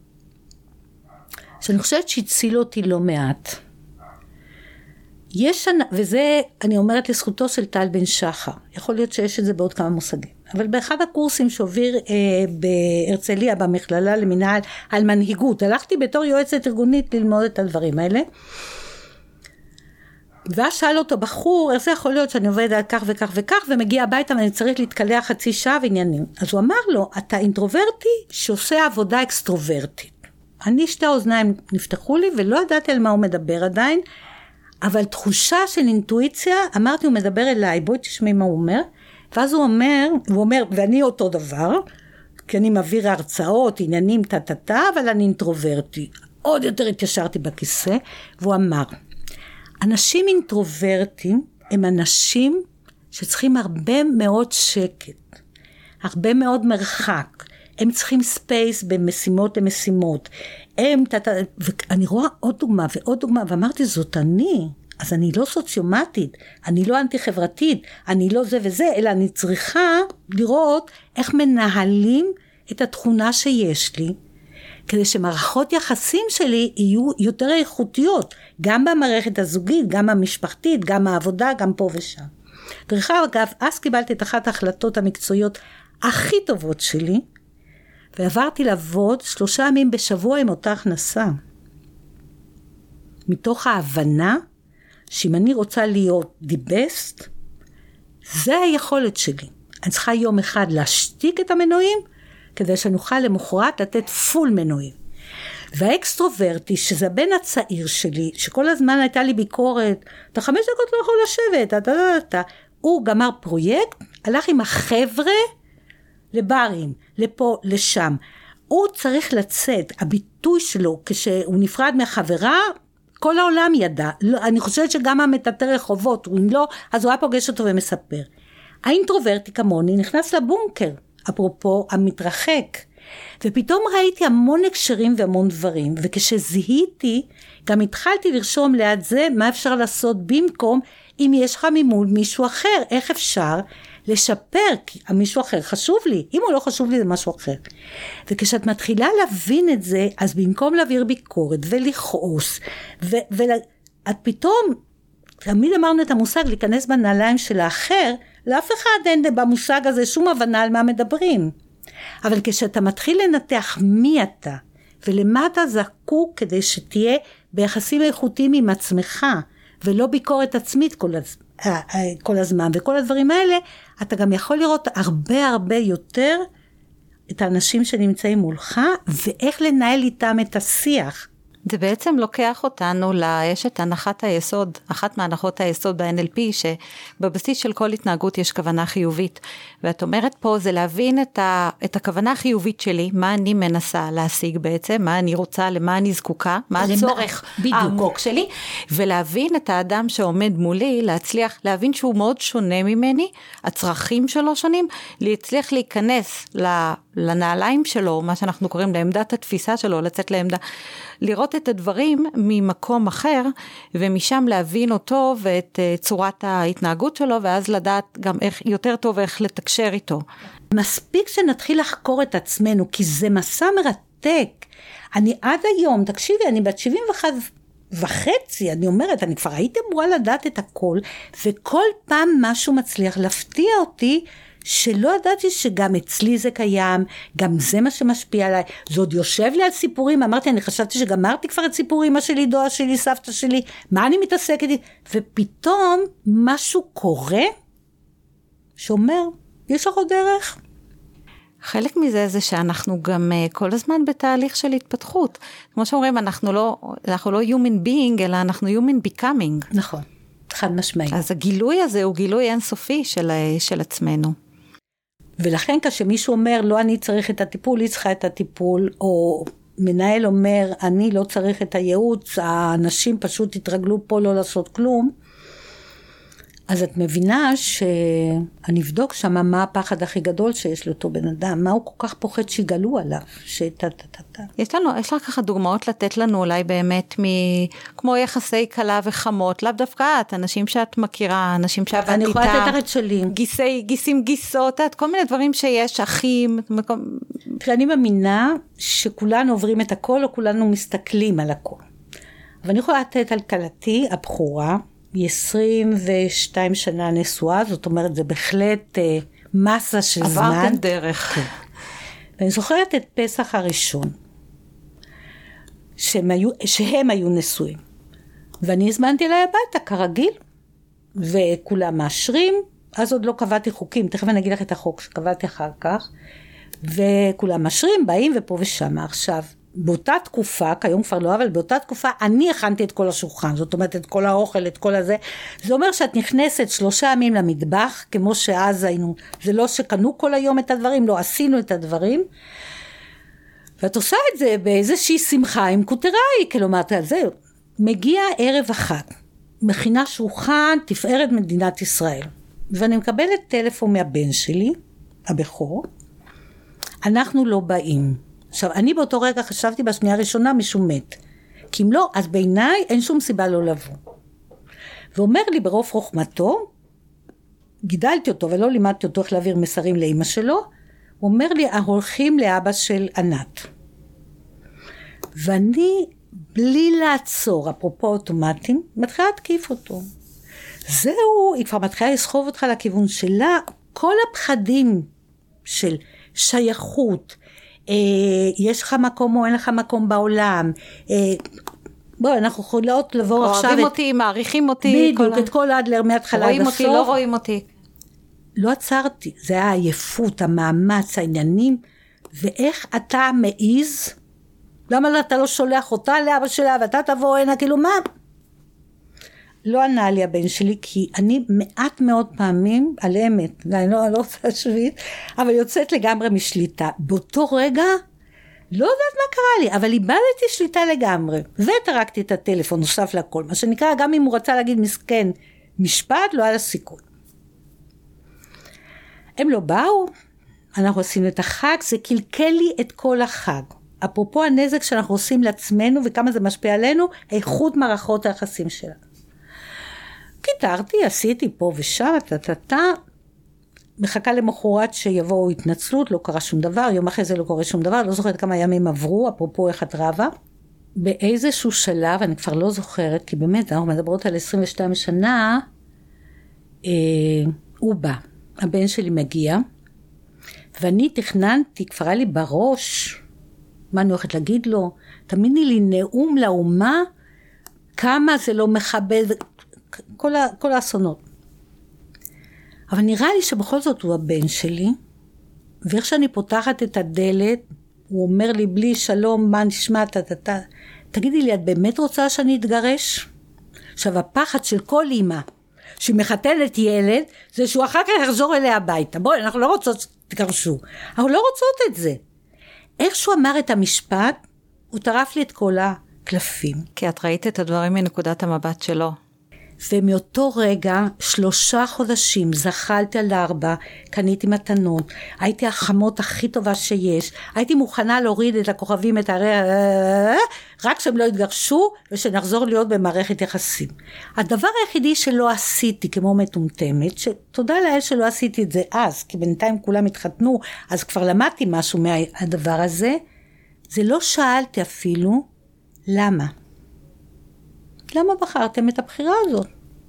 שאני חושבת שהצילו אותי לא מעט. יש, וזה אני אומרת לזכותו של טל בן שחר, יכול להיות שיש את זה בעוד כמה מושגים, אבל באחד הקורסים שהוביל אה, בהרצליה במכללה למנהל על מנהיגות, הלכתי בתור יועצת ארגונית ללמוד את הדברים האלה, ואז שאל אותו בחור, איך זה יכול להיות שאני עובד על כך וכך וכך, ומגיע הביתה ואני צריך להתקלח חצי שעה ועניינים. אז הוא אמר לו, אתה אינטרוברטי שעושה עבודה אקסטרוברטית. אני שתי האוזניים נפתחו לי ולא ידעתי על מה הוא מדבר עדיין, אבל תחושה של אינטואיציה, אמרתי, הוא מדבר אליי, בואי תשמעי מה הוא אומר, ואז הוא אומר, הוא אומר, ואני אותו דבר, כי אני מעביר הרצאות, עניינים, טה-טה-טה, אבל אני אינטרוברטי. עוד יותר התיישרתי בכיסא, והוא אמר, אנשים אינטרוברטים הם אנשים שצריכים הרבה מאוד שקט, הרבה מאוד מרחק, הם צריכים ספייס במשימות למשימות, הם, ואני רואה עוד דוגמה ועוד דוגמה, ואמרתי, זאת אני, אז אני לא סוציומטית, אני לא אנטי-חברתית, אני לא זה וזה, אלא אני צריכה לראות איך מנהלים את התכונה שיש לי, כדי שמערכות יחסים שלי יהיו יותר איכותיות, גם במערכת הזוגית, גם המשפחתית, גם העבודה, גם פה ושם. דרך אגב, אז קיבלתי את אחת ההחלטות המקצועיות הכי טובות שלי, ועברתי לעבוד שלושה ימים בשבוע עם אותה הכנסה. מתוך ההבנה שאם אני רוצה להיות the best, זה היכולת שלי. אני צריכה יום אחד להשתיק את המנועים, כדי שנוכל למחרת לתת פול מנועים. והאקסטרוברטי, שזה הבן הצעיר שלי, שכל הזמן הייתה לי ביקורת, אתה חמש דקות לא יכול לשבת, אתה, אתה, אתה. הוא גמר פרויקט, הלך עם החבר'ה לברים, לפה, לשם. הוא צריך לצאת, הביטוי שלו, כשהוא נפרד מהחברה, כל העולם ידע. לא, אני חושבת שגם המטאטר רחובות, הוא אם לא, אז הוא היה פוגש אותו ומספר. האינטרוברטי כמוני נכנס לבונקר, אפרופו המתרחק. ופתאום ראיתי המון הקשרים והמון דברים, וכשזיהיתי, גם התחלתי לרשום ליד זה מה אפשר לעשות במקום, אם יש לך ממול מישהו אחר, איך אפשר לשפר, כי המישהו אחר חשוב לי, אם הוא לא חשוב לי זה משהו אחר. וכשאת מתחילה להבין את זה, אז במקום להעביר ביקורת ולכעוס, ואת פתאום, תמיד אמרנו את המושג, להיכנס בנעליים של האחר, לאף אחד אין במושג הזה שום הבנה על מה מדברים. אבל כשאתה מתחיל לנתח מי אתה, ולמה אתה זקוק כדי שתהיה ביחסים איכותיים עם עצמך, ולא ביקורת עצמית כל, הז... כל הזמן, וכל הדברים האלה, אתה גם יכול לראות הרבה הרבה יותר את האנשים שנמצאים מולך, ואיך לנהל איתם את השיח. זה בעצם לוקח אותנו, יש את הנחת היסוד, אחת מהנחות היסוד ב-אן אל פי, שבבסיס של כל התנהגות יש כוונה חיובית, ואת אומרת פה זה להבין את, ה, את הכוונה החיובית שלי, מה אני מנסה להשיג בעצם, מה אני רוצה, למה אני זקוקה, מה הצורך העמוק שלי, ולהבין את האדם שעומד מולי, להצליח, להבין שהוא מאוד שונה ממני, הצרכים שלו שונים, להצליח להיכנס לנעליים שלו, מה שאנחנו קוראים לעמדת התפיסה שלו, לצאת לעמדה, לראות את הדברים ממקום אחר, ומשם להבין אותו ואת צורת ההתנהגות שלו, ואז לדעת גם איך, יותר טוב איך לתקשר איתו. מספיק שנתחיל לחקור את עצמנו, כי זה מסע מרתק. אני עד היום, תקשיבי, אני בת שבעים ואחת וחצי, אני אומרת, אני כבר הייתי אמורה לדעת את הכל, וכל פעם משהו מצליח להפתיע אותי, שלא ידעתי שגם אצלי זה קיים, גם זה מה שמשפיע עליי, זה עוד יושב לי על סיפורים, אמרתי, אני חשבתי שגמרתי כבר את סיפורים, אמא שלי, דודה שלי, סבתא שלי, מה אני מתעסקת? ופתאום משהו קורה, שאומר, יש לך עוד דרך? חלק מזה זה שאנחנו גם כל הזמן בתהליך של התפתחות, כמו שאומרים, אנחנו לא, אנחנו לא human being, אלא אנחנו human becoming. נכון, חד משמעי. אז הגילוי הזה הוא גילוי אינסופי של, של עצמנו. ולכן כשמישהו אומר, לא אני צריך את הטיפול, היא צריכה את הטיפול, או מנהל אומר, אני לא צריך את הייעוץ, האנשים פשוט התרגלו פה לא לעשות כלום, אז את מבינה שאני אבדוק שמה מה הפחד הכי גדול שיש לאותו בן אדם, מה הוא כל כך פוחד שיגלו עליו, שטטטטט. יש לנו, יש לך ככה דוגמאות לתת לנו אולי באמת מ... כמו יחסי קלה וחמות, לאו דווקא את, אנשים שאת מכירה, אנשים שעבדת איתם. אני יכולה לתת לך את שלי. גיסי, גיסים, גיסות, את כל מיני דברים שיש, אחים. אני מאמינה שכולנו עוברים את הכל, או כולנו מסתכלים על הכל. אבל אני יכולה לתת על קלתי, הבחורה, היא עשרים ושתיים שנה נשואה, זאת אומרת, זה בהחלט אה, מסה של זמן. עברתם דרך. כן. ואני זוכרת את פסח הראשון, שהם היו, שהם היו נשואים. ואני הזמנתי אליי הביתה, כרגיל, וכולם מאשרים, אז עוד לא קבעתי חוקים, תכף אני אגיד לך את החוק שקבעתי אחר כך, וכולם מאשרים, באים ופה ושם. עכשיו, באותה תקופה, כיום כבר לא, אבל באותה תקופה, אני הכנתי את כל השולחן, זאת אומרת, את כל האוכל, את כל הזה. זה אומר שאת נכנסת שלושה ימים למטבח, כמו שאז היינו, זה לא שקנו כל היום את הדברים, לא עשינו את הדברים, ואת עושה את זה באיזושהי שמחה עם קוטראי, כלומר, זהו, מגיע ערב אחת, מכינה שולחן, תפארת מדינת ישראל, ואני מקבלת טלפון מהבן שלי, הבכור, אנחנו לא באים. עכשיו, אני באותו רגע חשבתי בשנייה הראשונה משהו מת. כי אם לא, אז בעיניי אין שום סיבה לא לבוא. ואומר לי ברוב חוכמתו, גידלתי אותו ולא לימדתי אותו איך להעביר מסרים לאמא שלו, הוא אומר לי, הולכים לאבא של ענת. ואני, בלי לעצור, אפרופו אוטומטים, מתחילה להתקיף אותו. זהו, היא כבר מתחילה לסחוב אותך לכיוון שלה, כל הפחדים של שייכות, יש לך מקום או אין לך מקום בעולם, בואי, אנחנו יכולות לבוא עכשיו... אוהבים אותי, מעריכים אותי. בדיוק, את כל אדלר מההתחלה עד הסוף. רואים אותי, לא רואים אותי. לא עצרתי, זה היה העייפות, המאמץ, העניינים, ואיך אתה מעיז, למה אתה לא שולח אותה לאבא שלה, ואתה תבוא הנה, כאילו מה? לא ענה לי הבן שלי, כי אני מעט מאוד פעמים, על אמת, ואני לא, לא רוצה להשוויץ, אבל יוצאת לגמרי משליטה. באותו רגע, לא יודעת מה קרה לי, אבל איבדתי שליטה לגמרי, ותרקתי את הטלפון, נוסף לכל, מה שנקרא, גם אם הוא רצה להגיד מסכן משפט, לא היה סיכוי. הם לא באו, אנחנו עשינו את החג, זה קלקל לי את כל החג. אפרופו הנזק שאנחנו עושים לעצמנו, וכמה זה משפיע עלינו, איכות מערכות היחסים שלנו. קיטרתי, עשיתי פה ושם, תתתה, מחכה למחרת שיבואו התנצלות, לא קרה שום דבר, יום אחרי זה לא קורה שום דבר, לא זוכרת כמה ימים עברו, אפרופו איך את רבה. באיזשהו שלב, אני כבר לא זוכרת, כי באמת, אנחנו מדברות על עשרים ושתיים שנה, אה, הוא בא. הבן שלי מגיע, ואני תכננתי, כבר היה לי בראש, מה אני הולכת להגיד לו? תמידי לי נאום לאומה, כמה זה לא מכבד, כל, ה, כל האסונות. אבל נראה לי שבכל זאת הוא הבן שלי, ואיך שאני פותחת את הדלת, הוא אומר לי בלי שלום, מה נשמע, תתתה, תגידי לי, את באמת רוצה שאני אתגרש? עכשיו, הפחד של כל אימא, שהיא מחתנת ילד, זה שהוא אחר כך יחזור אליה הביתה. בואי, אנחנו לא רוצות שתגרשו. אנחנו לא רוצות את זה. איך שהוא אמר את המשפט, הוא טרף לי את כל הקלפים. כי את ראית את הדברים מנקודת המבט שלו. ומאותו רגע, שלושה חודשים, זחלתי על ארבע, קניתי מתנות, הייתי החמות הכי טובה שיש, הייתי מוכנה להוריד את הכוכבים, את הרי, רק שהם לא יתגרשו, ושנחזור להיות במערכת יחסים. הדבר היחידי שלא עשיתי, כמו מטומטמת, שתודה לאל שלא עשיתי את זה אז, כי בינתיים כולם התחתנו, אז כבר למדתי משהו מהדבר הזה, זה לא שאלתי אפילו, למה? למה בחרתם את הבחירה הזאת?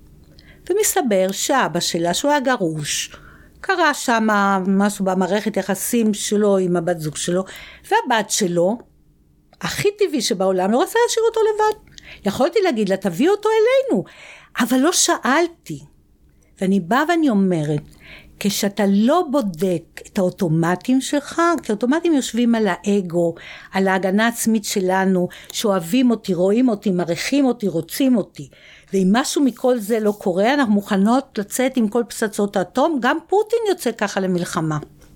ומסתבר שאבא שלה, שהוא היה גרוש, קרה שם משהו במערכת יחסים שלו עם הבת זוג שלו, והבת שלו, הכי טבעי שבעולם, לא רצה להשאיר אותו לבד. יכולתי להגיד לה, תביא אותו אלינו, אבל לא שאלתי. ואני באה ואני אומרת, כשאתה לא בודק את האוטומטים שלך, כי האוטומטים יושבים על האגו, על ההגנה העצמית שלנו, שאוהבים אותי, רואים אותי, מריחים אותי, רוצים אותי, ואם משהו מכל זה לא קורה, אנחנו מוכנות לצאת עם כל פצצות האטום, גם פוטין יוצא ככה למלחמה.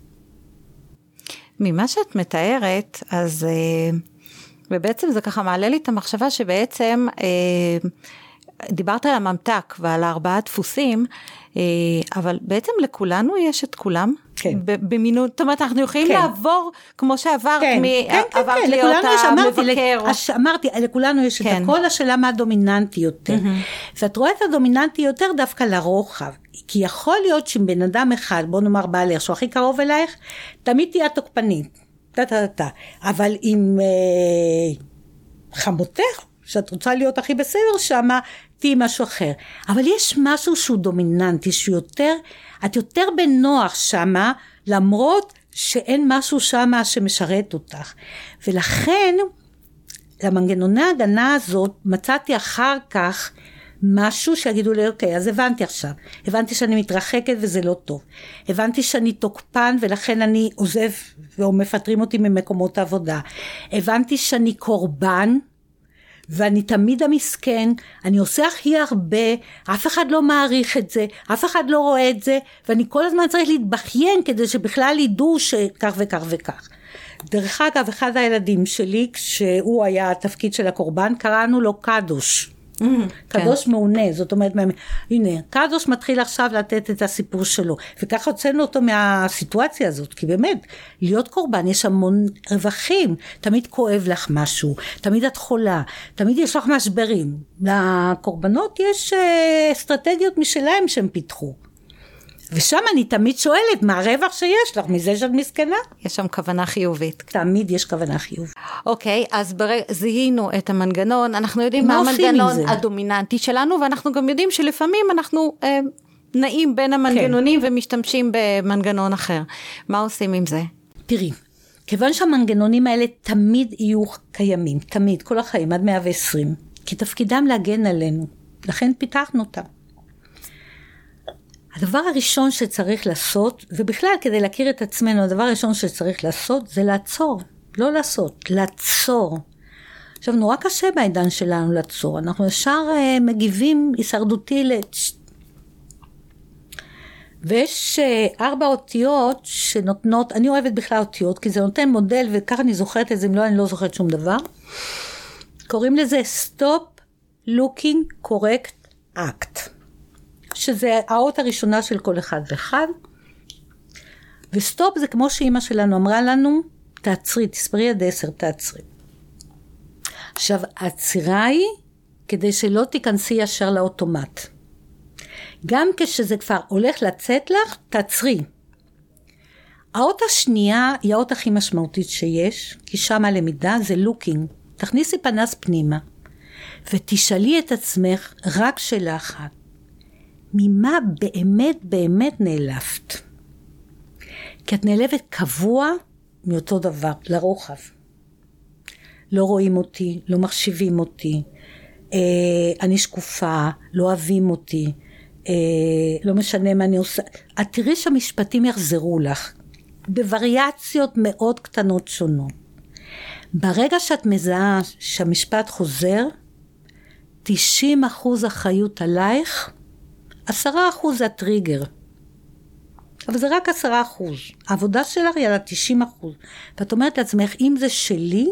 ממה שאת מתארת, אז, ובעצם זה ככה מעלה לי את המחשבה שבעצם, דיברת על הממתק ועל הארבעה דפוסים, אבל בעצם לכולנו יש את כולם, כן. במינות, זאת אומרת, אנחנו יכולים כן. לעבור, כמו שעברת, כן, מ... כן, כן, עברת כן, להיות המבקר. אמרתי, או... אמרתי, לכולנו יש כן. את הכל, השאלה מה הדומיננטי יותר. Mm-hmm. ואת רואה את הדומיננטי יותר דווקא לרוחב, כי יכול להיות שעם בן אדם אחד, בוא נאמר בעלך, שהוא הכי קרוב אלייך, תמיד תהיה תוקפנית, תה, תה, תה. אבל עם אה, חמותך, שאת רוצה להיות הכי בסדר שמה, תהי משהו אחר. אבל יש משהו שהוא דומיננטי, שהוא יותר, את יותר בנוח שמה, למרות שאין משהו שמה שמשרת אותך. ולכן, למנגנוני ההגנה הזאת, מצאתי אחר כך משהו שיגידו לי, אוקיי, אז הבנתי עכשיו. הבנתי שאני מתרחקת וזה לא טוב. הבנתי שאני תוקפן ולכן אני עוזב ומפטרים אותי ממקומות העבודה. הבנתי שאני קורבן, ואני תמיד המסכן, אני עושה הכי הרבה, אף אחד לא מעריך את זה, אף אחד לא רואה את זה, ואני כל הזמן צריך להתבכיין כדי שבכלל ידעו שכך וכך וכך. דרך אגב, אחד הילדים שלי, כשהוא היה התפקיד של הקורבן, קראנו לו קדוש. Mm, קדוש כן. מעונה, זאת אומרת, הנה, קדוש מתחיל עכשיו לתת את הסיפור שלו, וככה הוצאנו אותו מהסיטואציה הזאת, כי באמת, להיות קורבן יש המון רווחים, תמיד כואב לך משהו, תמיד את חולה, תמיד יש לך משברים, לקורבנות יש אסטרטגיות משלהם שהם פיתחו, ושם אני תמיד שואלת, מה הרווח שיש לך מזה שאת מסכנה? יש שם כוונה חיובית. תמיד יש כוונה חיובית. אוקיי, אז ברג... זיהינו את המנגנון, אנחנו יודעים מה המנגנון הדומיננטי שלנו, ואנחנו גם יודעים שלפעמים אנחנו אה, נעים בין המנגנונים כן. ומשתמשים במנגנון אחר. מה עושים עם זה? תראי, כיוון שהמנגנונים האלה תמיד יהיו קיימים, תמיד, כל החיים, עד מאה ועשרים. כי תפקידם להגן עלינו, לכן פיתחנו אותם. הדבר הראשון שצריך לעשות, ובכלל כדי להכיר את עצמנו, הדבר הראשון שצריך לעשות זה לעצור, לא לעשות, לעצור. עכשיו נורא קשה בעידן שלנו לעצור, אנחנו ישר uh, מגיבים הישרדותי לצ... ויש uh, ארבע אותיות שנותנות, אני אוהבת בכלל אותיות, כי זה נותן מודל, וככה אני זוכרת את זה, אם לא אני לא זוכרת שום דבר, קוראים לזה Stop Looking Correct Act. שזה האות הראשונה של כל אחד ואחד, וסטופ זה כמו שאמא שלנו אמרה לנו, תעצרי, תספרי עד עשר, תעצרי. עכשיו, העצירה היא, כדי שלא תיכנסי ישר לאוטומט. גם כשזה כבר הולך לצאת לך, תעצרי. האות השנייה היא האות הכי משמעותית שיש, כי שם הלמידה זה לוקינג. תכניסי פנס פנימה, ותשאלי את עצמך רק שאלה אחת. ממה באמת באמת נעלפת? כי את נעלבת קבוע מאותו דבר, לרוחב. לא רואים אותי, לא מחשיבים אותי, אה, אני שקופה, לא אוהבים אותי, אה, לא משנה מה אני עושה. את תראי שהמשפטים יחזרו לך, בווריאציות מאוד קטנות שונות. ברגע שאת מזהה שהמשפט חוזר, תשעים אחוז אחריות עלייך, עשרה אחוז זה הטריגר. אבל זה רק עשרה אחוז. העבודה שלך היא על ה-תשעים אחוז. ואת אומרת לעצמך, אם זה שלי,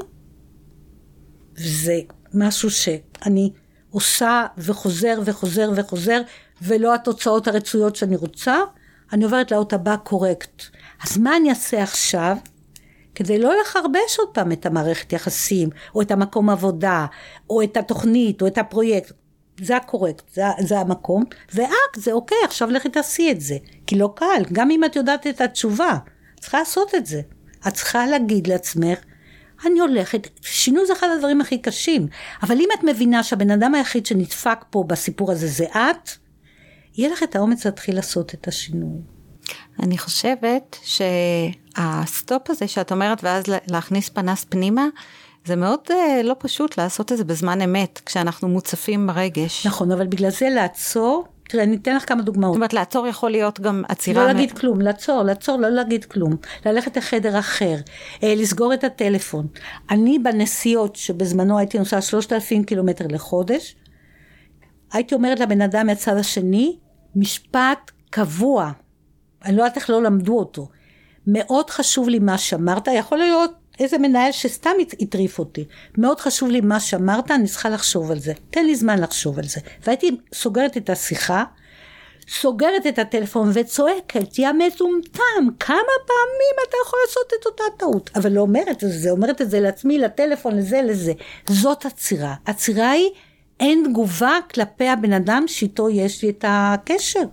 זה משהו שאני עושה וחוזר וחוזר וחוזר, ולא התוצאות הרצויות שאני רוצה, אני עוברת לאות הבא קורקט. אז מה אני אעשה עכשיו? כדי לא לחרבש עוד פעם את המערכת יחסים, או את המקום עבודה, או את התוכנית, או את הפרויקט. זה הקורקט, זה, זה המקום, ואק, זה אוקיי, עכשיו לכי תעשי את זה, כי לא קל, גם אם את יודעת את התשובה, את צריכה לעשות את זה, את צריכה להגיד לעצמך, אני הולכת, שינוי זה אחד הדברים הכי קשים, אבל אם את מבינה שהבן אדם היחיד שנדפק פה בסיפור הזה זה את, יהיה לך את האומץ להתחיל לעשות את השינוי. אני חושבת שהסטופ הזה שאת אומרת, ואז להכניס פנס פנימה, זה מאוד uh, לא פשוט לעשות את זה בזמן אמת, כשאנחנו מוצפים ברגש. נכון, אבל בגלל זה לעצור, תראה, אני אתן לך כמה דוגמאות. זאת אומרת, לעצור יכול להיות גם עצירה. לא להגיד כלום, לעצור, לעצור, לא להגיד כלום. ללכת לחדר אחר, אה, לסגור את הטלפון. אני בנסיעות שבזמנו הייתי נוסעה שלושת אלפים קילומטר לחודש, הייתי אומרת לבן אדם מהצד השני, משפט קבוע, אני לא יודעת איך לא למדו אותו. מאוד חשוב לי מה שאמרת, יכול להיות איזה מנהל שסתם יטריף אותי. מאוד חשוב לי מה שאמרת, אני צריכה לחשוב על זה. תן לי זמן לחשוב על זה. והייתי סוגרת את השיחה, סוגרת את הטלפון וצועקת, יא מטומטם, כמה פעמים אתה יכול לעשות את אותה טעות? אבל לא אומרת את זה, אומרת את זה לעצמי, לטלפון, לזה, לזה. זאת עצירה. עצירה היא, אין תגובה כלפי הבן אדם שאיתו יש לי את הקשר.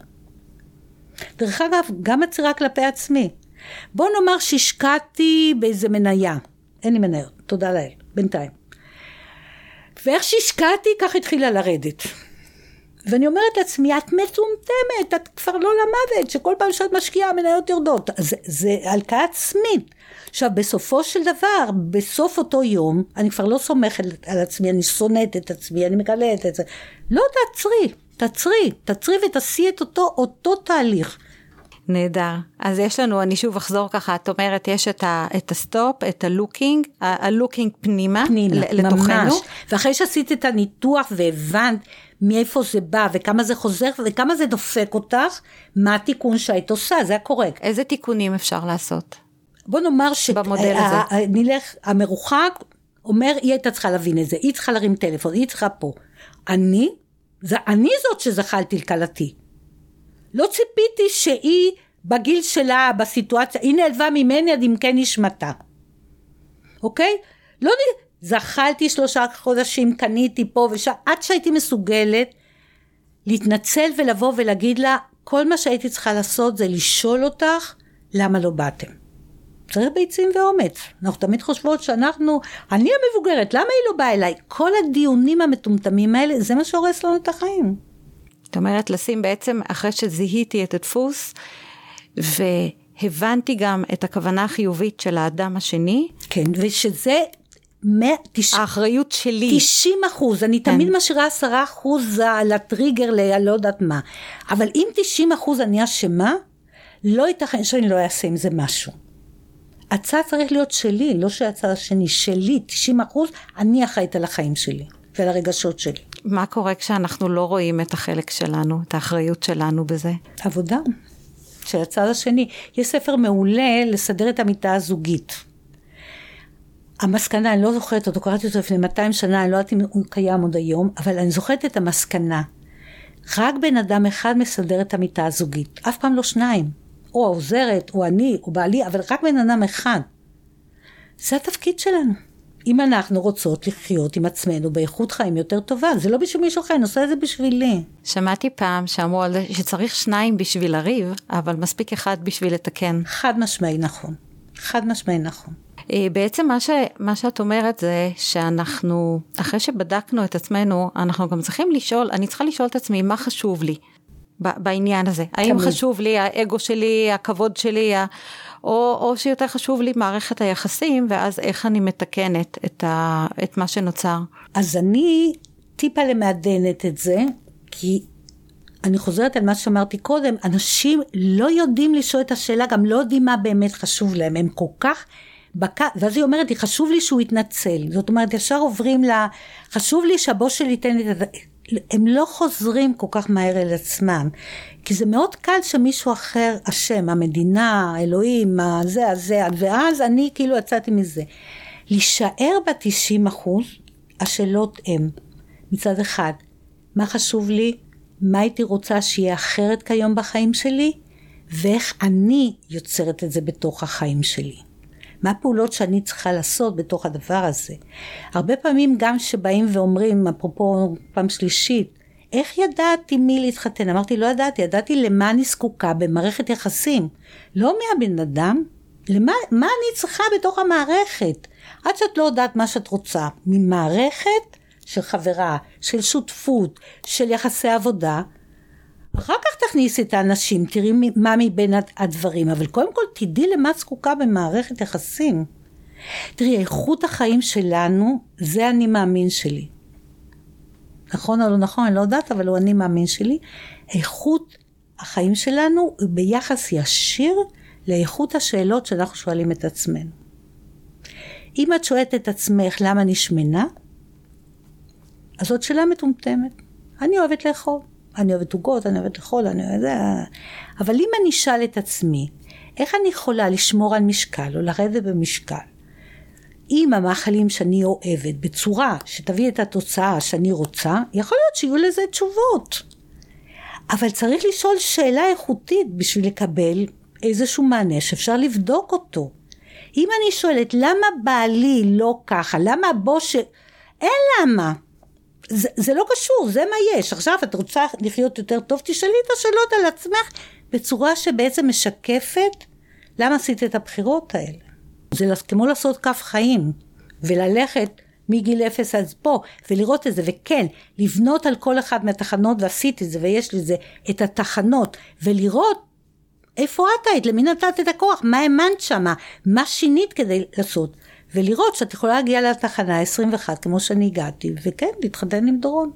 דרך אגב, גם עצירה כלפי עצמי. בוא נאמר שהשקעתי באיזה מניה, אין לי מניות, תודה לאל, בינתיים. ואיך שהשקעתי, כך התחילה לרדת. ואני אומרת לעצמי, את מטומטמת, את כבר לא למדת, שכל פעם שאת משקיעה, המניות יורדות. אז זה הלקאה עצמית. עכשיו, בסופו של דבר, בסוף אותו יום, אני כבר לא סומכת על עצמי, אני שונאת את עצמי, אני מקללת את זה. לא תעצרי, תעצרי, תעצרי ותעשי את אותו, אותו תהליך. נהדר. אז יש לנו, אני שוב אחזור ככה, את אומרת, יש את, ה, את הסטופ, את הלוקינג, הלוקינג פנימה, פנימה לתוכנו. ממש. ואחרי שעשית את הניתוח והבנת מאיפה זה בא, וכמה זה חוזר, וכמה זה דופק אותך, מה התיקון שהיית עושה, זה הקורקט. איזה תיקונים אפשר לעשות? בוא נאמר ש... במודל הזה. נלך, המרוחק אומר, היא הייתה צריכה להבין את זה, היא צריכה להרים טלפון, היא צריכה פה. אני, זה אני זאת שזכלתי לקלתי. לא ציפיתי שהיא בגיל שלה, בסיטואציה, היא נעלבה ממני עד אם כן נשמתה. אוקיי? לא זכלתי שלושה חודשים, קניתי פה ושם, עד שהייתי מסוגלת להתנצל ולבוא ולהגיד לה, כל מה שהייתי צריכה לעשות זה לשאול אותך, למה לא באתם? צריך ביצים ואומץ. אנחנו תמיד חושבות שאנחנו, אני המבוגרת, למה היא לא באה אליי? כל הדיונים המטומטמים האלה, זה מה שהורס לנו את החיים. זאת אומרת, לשים בעצם, אחרי שזיהיתי את הדפוס, והבנתי גם את הכוונה החיובית של האדם השני. כן, ושזה האחריות שלי. תשעים אחוז, אני תמיד משאירה עשרה אחוז לטריגר, לא יודעת מה. אבל אם תשעים אחוז אני אשמה, לא ייתכן שאני לא אעשה עם זה משהו. הצד צריך להיות שלי, לא שהצד השני, שלי, תשעים אחוז, אני אחראית על החיים שלי, ועל הרגשות שלי. מה קורה כשאנחנו לא רואים את החלק שלנו, את האחריות שלנו בזה? עבודה. של הצד השני. יש ספר מעולה לסדר את המיטה הזוגית. המסקנה, אני לא זוכרת אותו, קראתי אותו לפני מאתיים שנה, אני לא יודעת אם הוא קיים עוד היום, אבל אני זוכרת את המסקנה. רק בן אדם אחד מסדר את המיטה הזוגית, אף פעם לא שניים. או העוזרת, או אני, או בעלי, אבל רק בן אדם אחד. זה התפקיד שלנו. אם אנחנו רוצות לחיות עם עצמנו באיכות חיים יותר טובה, זה לא בשביל מישהו אחר, אני עושה את זה בשבילי. שמעתי פעם שאמרו על זה שצריך שניים בשביל לריב, אבל מספיק אחד בשביל לתקן. חד משמעי נכון. חד משמעי נכון. בעצם מה, ש, מה שאת אומרת זה שאנחנו, אחרי שבדקנו את עצמנו, אנחנו גם צריכים לשאול, אני צריכה לשאול את עצמי מה חשוב לי בעניין הזה. האם תמיד. חשוב לי האגו שלי, הכבוד שלי, או, או שיותר חשוב לי מערכת היחסים, ואז איך אני מתקנת את, ה, את מה שנוצר. אז אני טיפה למעדנת את זה, כי אני חוזרת על מה שאמרתי קודם, אנשים לא יודעים לשאול את השאלה, גם לא יודעים מה באמת חשוב להם, הם כל כך בקה, ואז היא אומרת, חשוב לי שהוא יתנצל, זאת אומרת, ישר עוברים לה, חשוב לי שהבוס שלי ייתן את, הם לא חוזרים כל כך מהר אל עצמם, כי זה מאוד קל שמישהו אחר אשם, המדינה, האלוהים, הזה, הזה, ואז אני כאילו יצאתי מזה. להישאר ב-תשעים אחוז, השאלות הם, מצד אחד, מה חשוב לי, מה הייתי רוצה שיהיה אחרת כיום בחיים שלי, ואיך אני יוצרת את זה בתוך החיים שלי. מה הפעולות שאני צריכה לעשות בתוך הדבר הזה. הרבה פעמים גם שבאים ואומרים, אפרופו פעם שלישית, איך ידעתי מי להתחתן? אמרתי, לא ידעתי, ידעתי למה אני זקוקה במערכת יחסים. לא מהבן אדם, למה, מה אני צריכה בתוך המערכת? עד שאת לא יודעת מה שאת רוצה, ממערכת של חברה, של שותפות, של יחסי עבודה, אחר כך תכניסי את האנשים, תראי מה מבין הדברים, אבל קודם כל תדעי למה זקוקה במערכת יחסים. תראי, איכות החיים שלנו, זה אני מאמין שלי. נכון או לא נכון, אני לא יודעת, אבל הוא אני מאמין שלי. איכות החיים שלנו היא ביחס ישיר לאיכות השאלות שאנחנו שואלים את עצמנו. אם את שואלת את עצמך למה אני שמנה, אז זאת שאלה מטומטמת. אני אוהבת לאכול. אני אוהבת עוגות, אני אוהבת לאכול, אני אוהבת... אבל אם אני אשאל את עצמי, איך אני יכולה לשמור על משקל, או לרדת במשקל, עם המאכלים שאני אוהבת, בצורה שתביא את התוצאה שאני רוצה, יכול להיות שיהיו לזה תשובות. אבל צריך לשאול שאלה איכותית, בשביל לקבל איזשהו מענה שאפשר לבדוק אותו. אם אני שואלת, למה בעלי לא ככה? למה הבוס ש... אין למה. זה, זה לא קשור, זה מה יש. עכשיו את רוצה לחיות יותר טוב, תשאלי את השאלות על עצמך בצורה שבעצם משקפת למה עשית את הבחירות האלה. זה כמו לעשות כף חיים וללכת מגיל אפס עד פה ולראות את זה, וכן, לבנות על כל אחד מהתחנות, ועשיתי את זה ויש לי זה, את התחנות, ולראות איפה את היית, למי נתת את הכוח, מה האמנת שמה, מה שינית כדי לעשות, ולראות שאת יכולה להגיע לתחנה עשרים ואחת כמו שאני הגעתי, וכן, להתחתן עם דורון.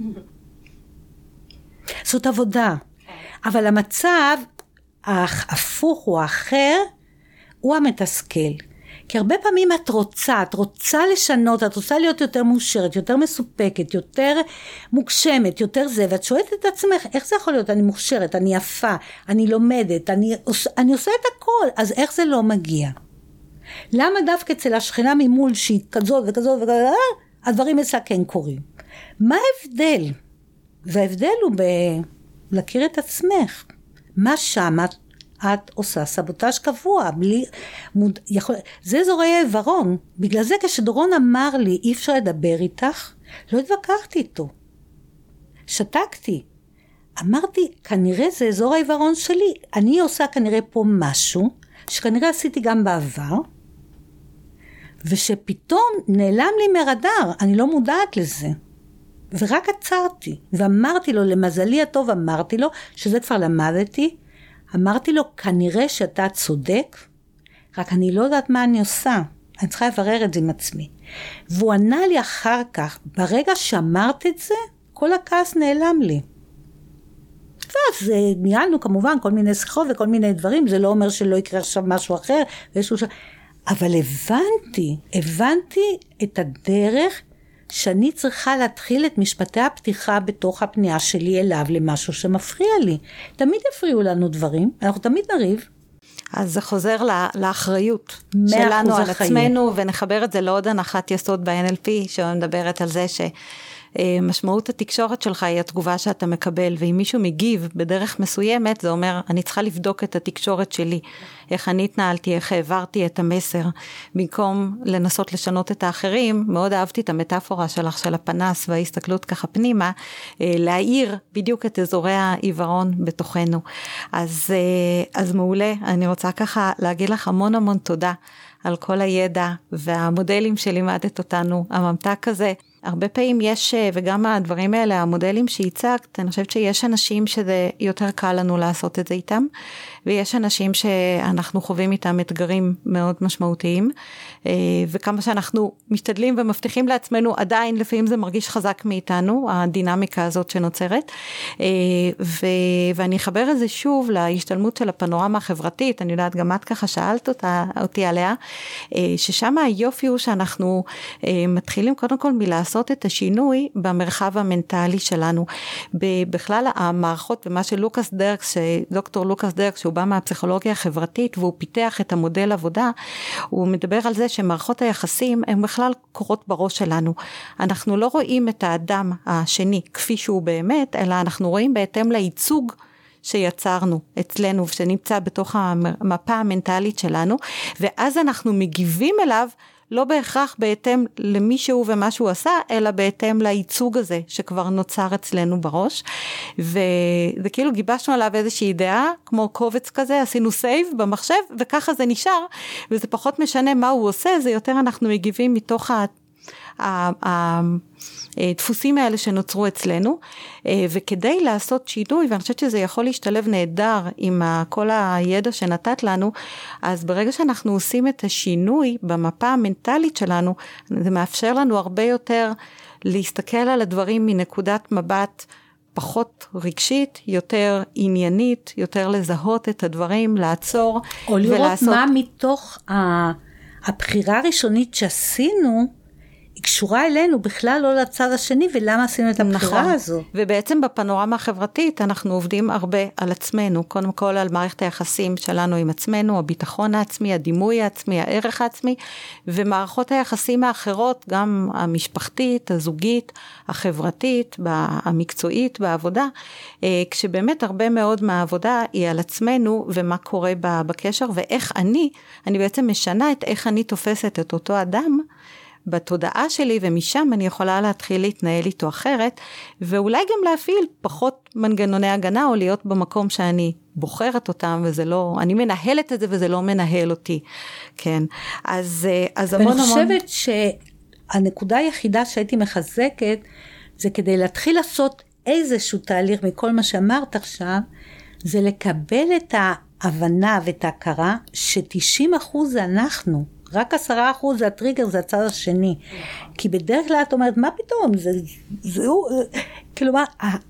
זאת עבודה. אבל המצב ההפוך או האחר, הוא המתסכל. כי הרבה פעמים את רוצה, את רוצה לשנות, את רוצה להיות יותר מאושרת, יותר מסופקת, יותר מוגשמת, יותר זה, ואת שואלת את עצמך, איך זה יכול להיות? אני מאושרת, אני יפה, אני לומדת, אני, אני עושה את הכל, אז איך זה לא מגיע? למה דווקא אצל השכנה ממול שהיא כזאת וכזאת וכזאת, הדברים אצלה כן קורים? מה ההבדל? וההבדל הוא בלהכיר את עצמך. מה שם את, את עושה סבוטאז' קבוע, בלי, מוד, יכול, זה אזורי העברון. בגלל זה כשדורון אמר לי, אי אפשר לדבר איתך, לא התווכחתי איתו. שתקתי. אמרתי, כנראה זה אזור העברון שלי. אני עושה כנראה פה משהו, שכנראה עשיתי גם בעבר, ושפתאום נעלם לי מרדאר, אני לא מודעת לזה. ורק עצרתי, ואמרתי לו, למזלי הטוב אמרתי לו, שזה כבר למדתי, אמרתי לו, כנראה שאתה צודק, רק אני לא יודעת מה אני עושה, אני צריכה לברר את זה עם עצמי. והוא ענה לי אחר כך, ברגע שאמרת את זה, כל הכעס נעלם לי. ואז ניהלנו כמובן כל מיני שיחות וכל מיני דברים, זה לא אומר שלא יקרה עכשיו משהו אחר, ש... אבל הבנתי, הבנתי את הדרך שאני צריכה להתחיל את משפטי הפתיחה בתוך הפנייה שלי אליו למשהו שמפריע לי. תמיד הפריעו לנו דברים, אנחנו תמיד נריב. אז זה חוזר לאחריות שלנו על עצמנו, ונחבר את זה לעוד הנחת יסוד ב-אן אל פי, שמדברת על זה ש... משמעות התקשורת שלך היא התגובה שאתה מקבל, ואם מישהו מגיב בדרך מסוימת, זה אומר, אני צריכה לבדוק את התקשורת שלי, איך אני התנהלתי, איך העברתי את המסר, במקום לנסות לשנות את האחרים. מאוד אהבתי את המטאפורה שלך של הפנס וההסתכלות ככה פנימה, להאיר בדיוק את אזורי העיוורון בתוכנו. אז, אז מעולה, אני רוצה ככה להגיד לך המון המון תודה, על כל הידע והמודלים שלימדת אותנו, הממתק הזה. הרבה פעמים יש, וגם הדברים האלה, המודלים שהצגת, אני חושבת שיש אנשים שזה יותר קל לנו לעשות את זה איתם, ויש אנשים שאנחנו חווים איתם אתגרים מאוד משמעותיים, וכמה שאנחנו משתדלים ומבטיחים לעצמנו, עדיין לפעמים זה מרגיש חזק מאיתנו, הדינמיקה הזאת שנוצרת, ו, ואני אחבר את זה שוב להשתלמות של הפנורמה החברתית, אני יודעת, גם את ככה שאלת אותה, אותי עליה, ששם היופי הוא שאנחנו מתחילים קודם כל מלעשות את השינוי במרחב המנטלי שלנו, בכלל המערכות, ומה שלוקאס דרקס, דוקטור לוקאס דרקס, שהוא בא מהפסיכולוגיה החברתית, והוא פיתח את המודל עבודה, הוא מדבר על זה שמערכות היחסים, הן בכלל קורות בראש שלנו. אנחנו לא רואים את האדם השני כפי שהוא באמת, אלא אנחנו רואים בהתאם לייצוג שיצרנו אצלנו, שנמצא בתוך המפה המנטלית שלנו, ואז אנחנו מגיבים אליו, לא בהכרח בהתאם למי שהוא ומה שהוא עשה, אלא בהתאם לייצוג הזה שכבר נוצר אצלנו בראש, וזה כאילו גיבשנו עליו איזושהי דעה, כמו קובץ כזה, עשינו סייב במחשב, וככה זה נשאר, וזה פחות משנה מה הוא עושה, זה יותר אנחנו מגיבים מתוך ה... הדפוסים האלה שנוצרו אצלנו, וכדי לעשות שינוי, ואני חושבת שזה יכול להשתלב נהדר עם כל הידע שנתת לנו, אז ברגע שאנחנו עושים את השינוי במפה המנטלית שלנו, זה מאפשר לנו הרבה יותר להסתכל על הדברים מנקודת מבט פחות רגשית, יותר עניינית, יותר לזהות את הדברים, לעצור או לראות ולעשות... מה מתוך הבחירה הראשונית שעשינו, היא קשורה אלינו, בכלל לא לצד השני, ולמה עשינו את הבחירה נכון. הזו. ובעצם בפנורמה החברתית, אנחנו עובדים הרבה על עצמנו, קודם כל על מערכת היחסים שלנו עם עצמנו, הביטחון העצמי, הדימוי העצמי, הערך העצמי, ומערכות היחסים האחרות, גם המשפחתית, הזוגית, החברתית, המקצועית, בעבודה, כשבאמת הרבה מאוד מהעבודה היא על עצמנו, ומה קורה בקשר, ואיך אני, אני בעצם משנה את איך אני תופסת את אותו אדם, בתודעה שלי, ומשם אני יכולה להתחיל להתנהל איתו אחרת, ואולי גם להפעיל פחות מנגנוני הגנה, או להיות במקום שאני בוחרת אותם, וזה לא, אני מנהלת את זה, וזה לא מנהל אותי. כן. אז, אז המון המון... ואני חושבת שהנקודה היחידה שהייתי מחזקת, זה כדי להתחיל לעשות איזשהו תהליך, מכל מה שאמרת עכשיו, זה לקבל את ההבנה ואת ההכרה, ש-תשעים אחוז זה אנחנו. רק עשרה אחוז זה הטריגר, זה הצד השני. כי בדרך כלל את אומרת, מה פתאום? זה, זה, זה, כלומר,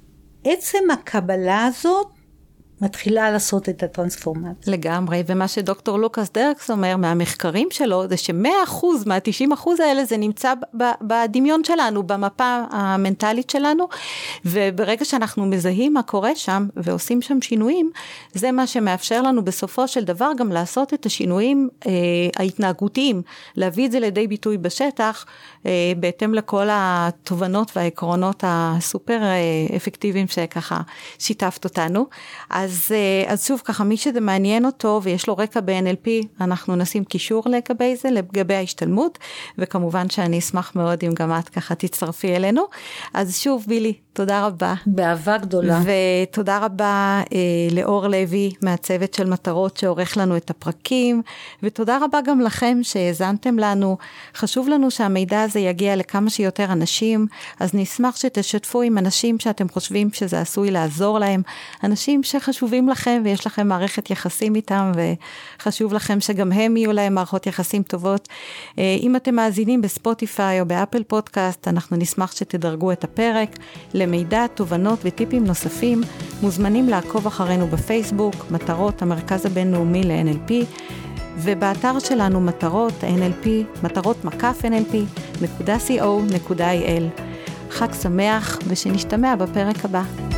עצם הקבלה הזאת, מתחילה לעשות את הטרנספורמציה. לגמרי, ומה שדוקטור לוקאס דרקס אומר מהמחקרים שלו, זה ש-מאה אחוז מה-תשעים אחוז האלה זה נמצא בדמיון שלנו, במפה המנטלית שלנו, וברגע שאנחנו מזהים מה קורה שם, ועושים שם שינויים, זה מה שמאפשר לנו בסופו של דבר גם לעשות את השינויים אה, ההתנהגותיים, להביא את זה לידי ביטוי בשטח, אה, בהתאם לכל התובנות והעקרונות הסופר אה, אפקטיביים שככה שיתפת אותנו. אז אז, אז שוב ככה, מי שזה מעניין אותו ויש לו רקע ב-אן אל פי, אנחנו נשים קישור לגבי זה, לגבי ההשתלמות, וכמובן שאני אשמח מאוד אם גם את ככה תצטרפי אלינו. אז שוב בילי, תודה רבה. באהבה גדולה. ותודה רבה אה, לאור לוי מהצוות של מטרות שעורך לנו את הפרקים, ותודה רבה גם לכם שהאזנתם לנו. חשוב לנו שהמידע הזה יגיע לכמה שיותר אנשים, אז נשמח שתשתפו עם אנשים שאתם חושבים שזה עשוי לעזור להם, אנשים שחשובים לכם ויש לכם מערכת יחסים איתם, וחשוב לכם שגם הם יהיו להם מערכות יחסים טובות. אה, אם אתם מאזינים בספוטיפיי או באפל פודקאסט, אנחנו נשמח שתדרגו את הפרק. למידע, תובנות וטיפים נוספים, מוזמנים לעקוב אחרינו בפייסבוק, מטרות, המרכז הבינלאומי ל-אן אל פי, ובאתר שלנו מטרות, אן אל פי, מטרות מקף אן אל פי, נקודה סי או נקודה איי אל. חג שמח ושנשתמע בפרק הבא.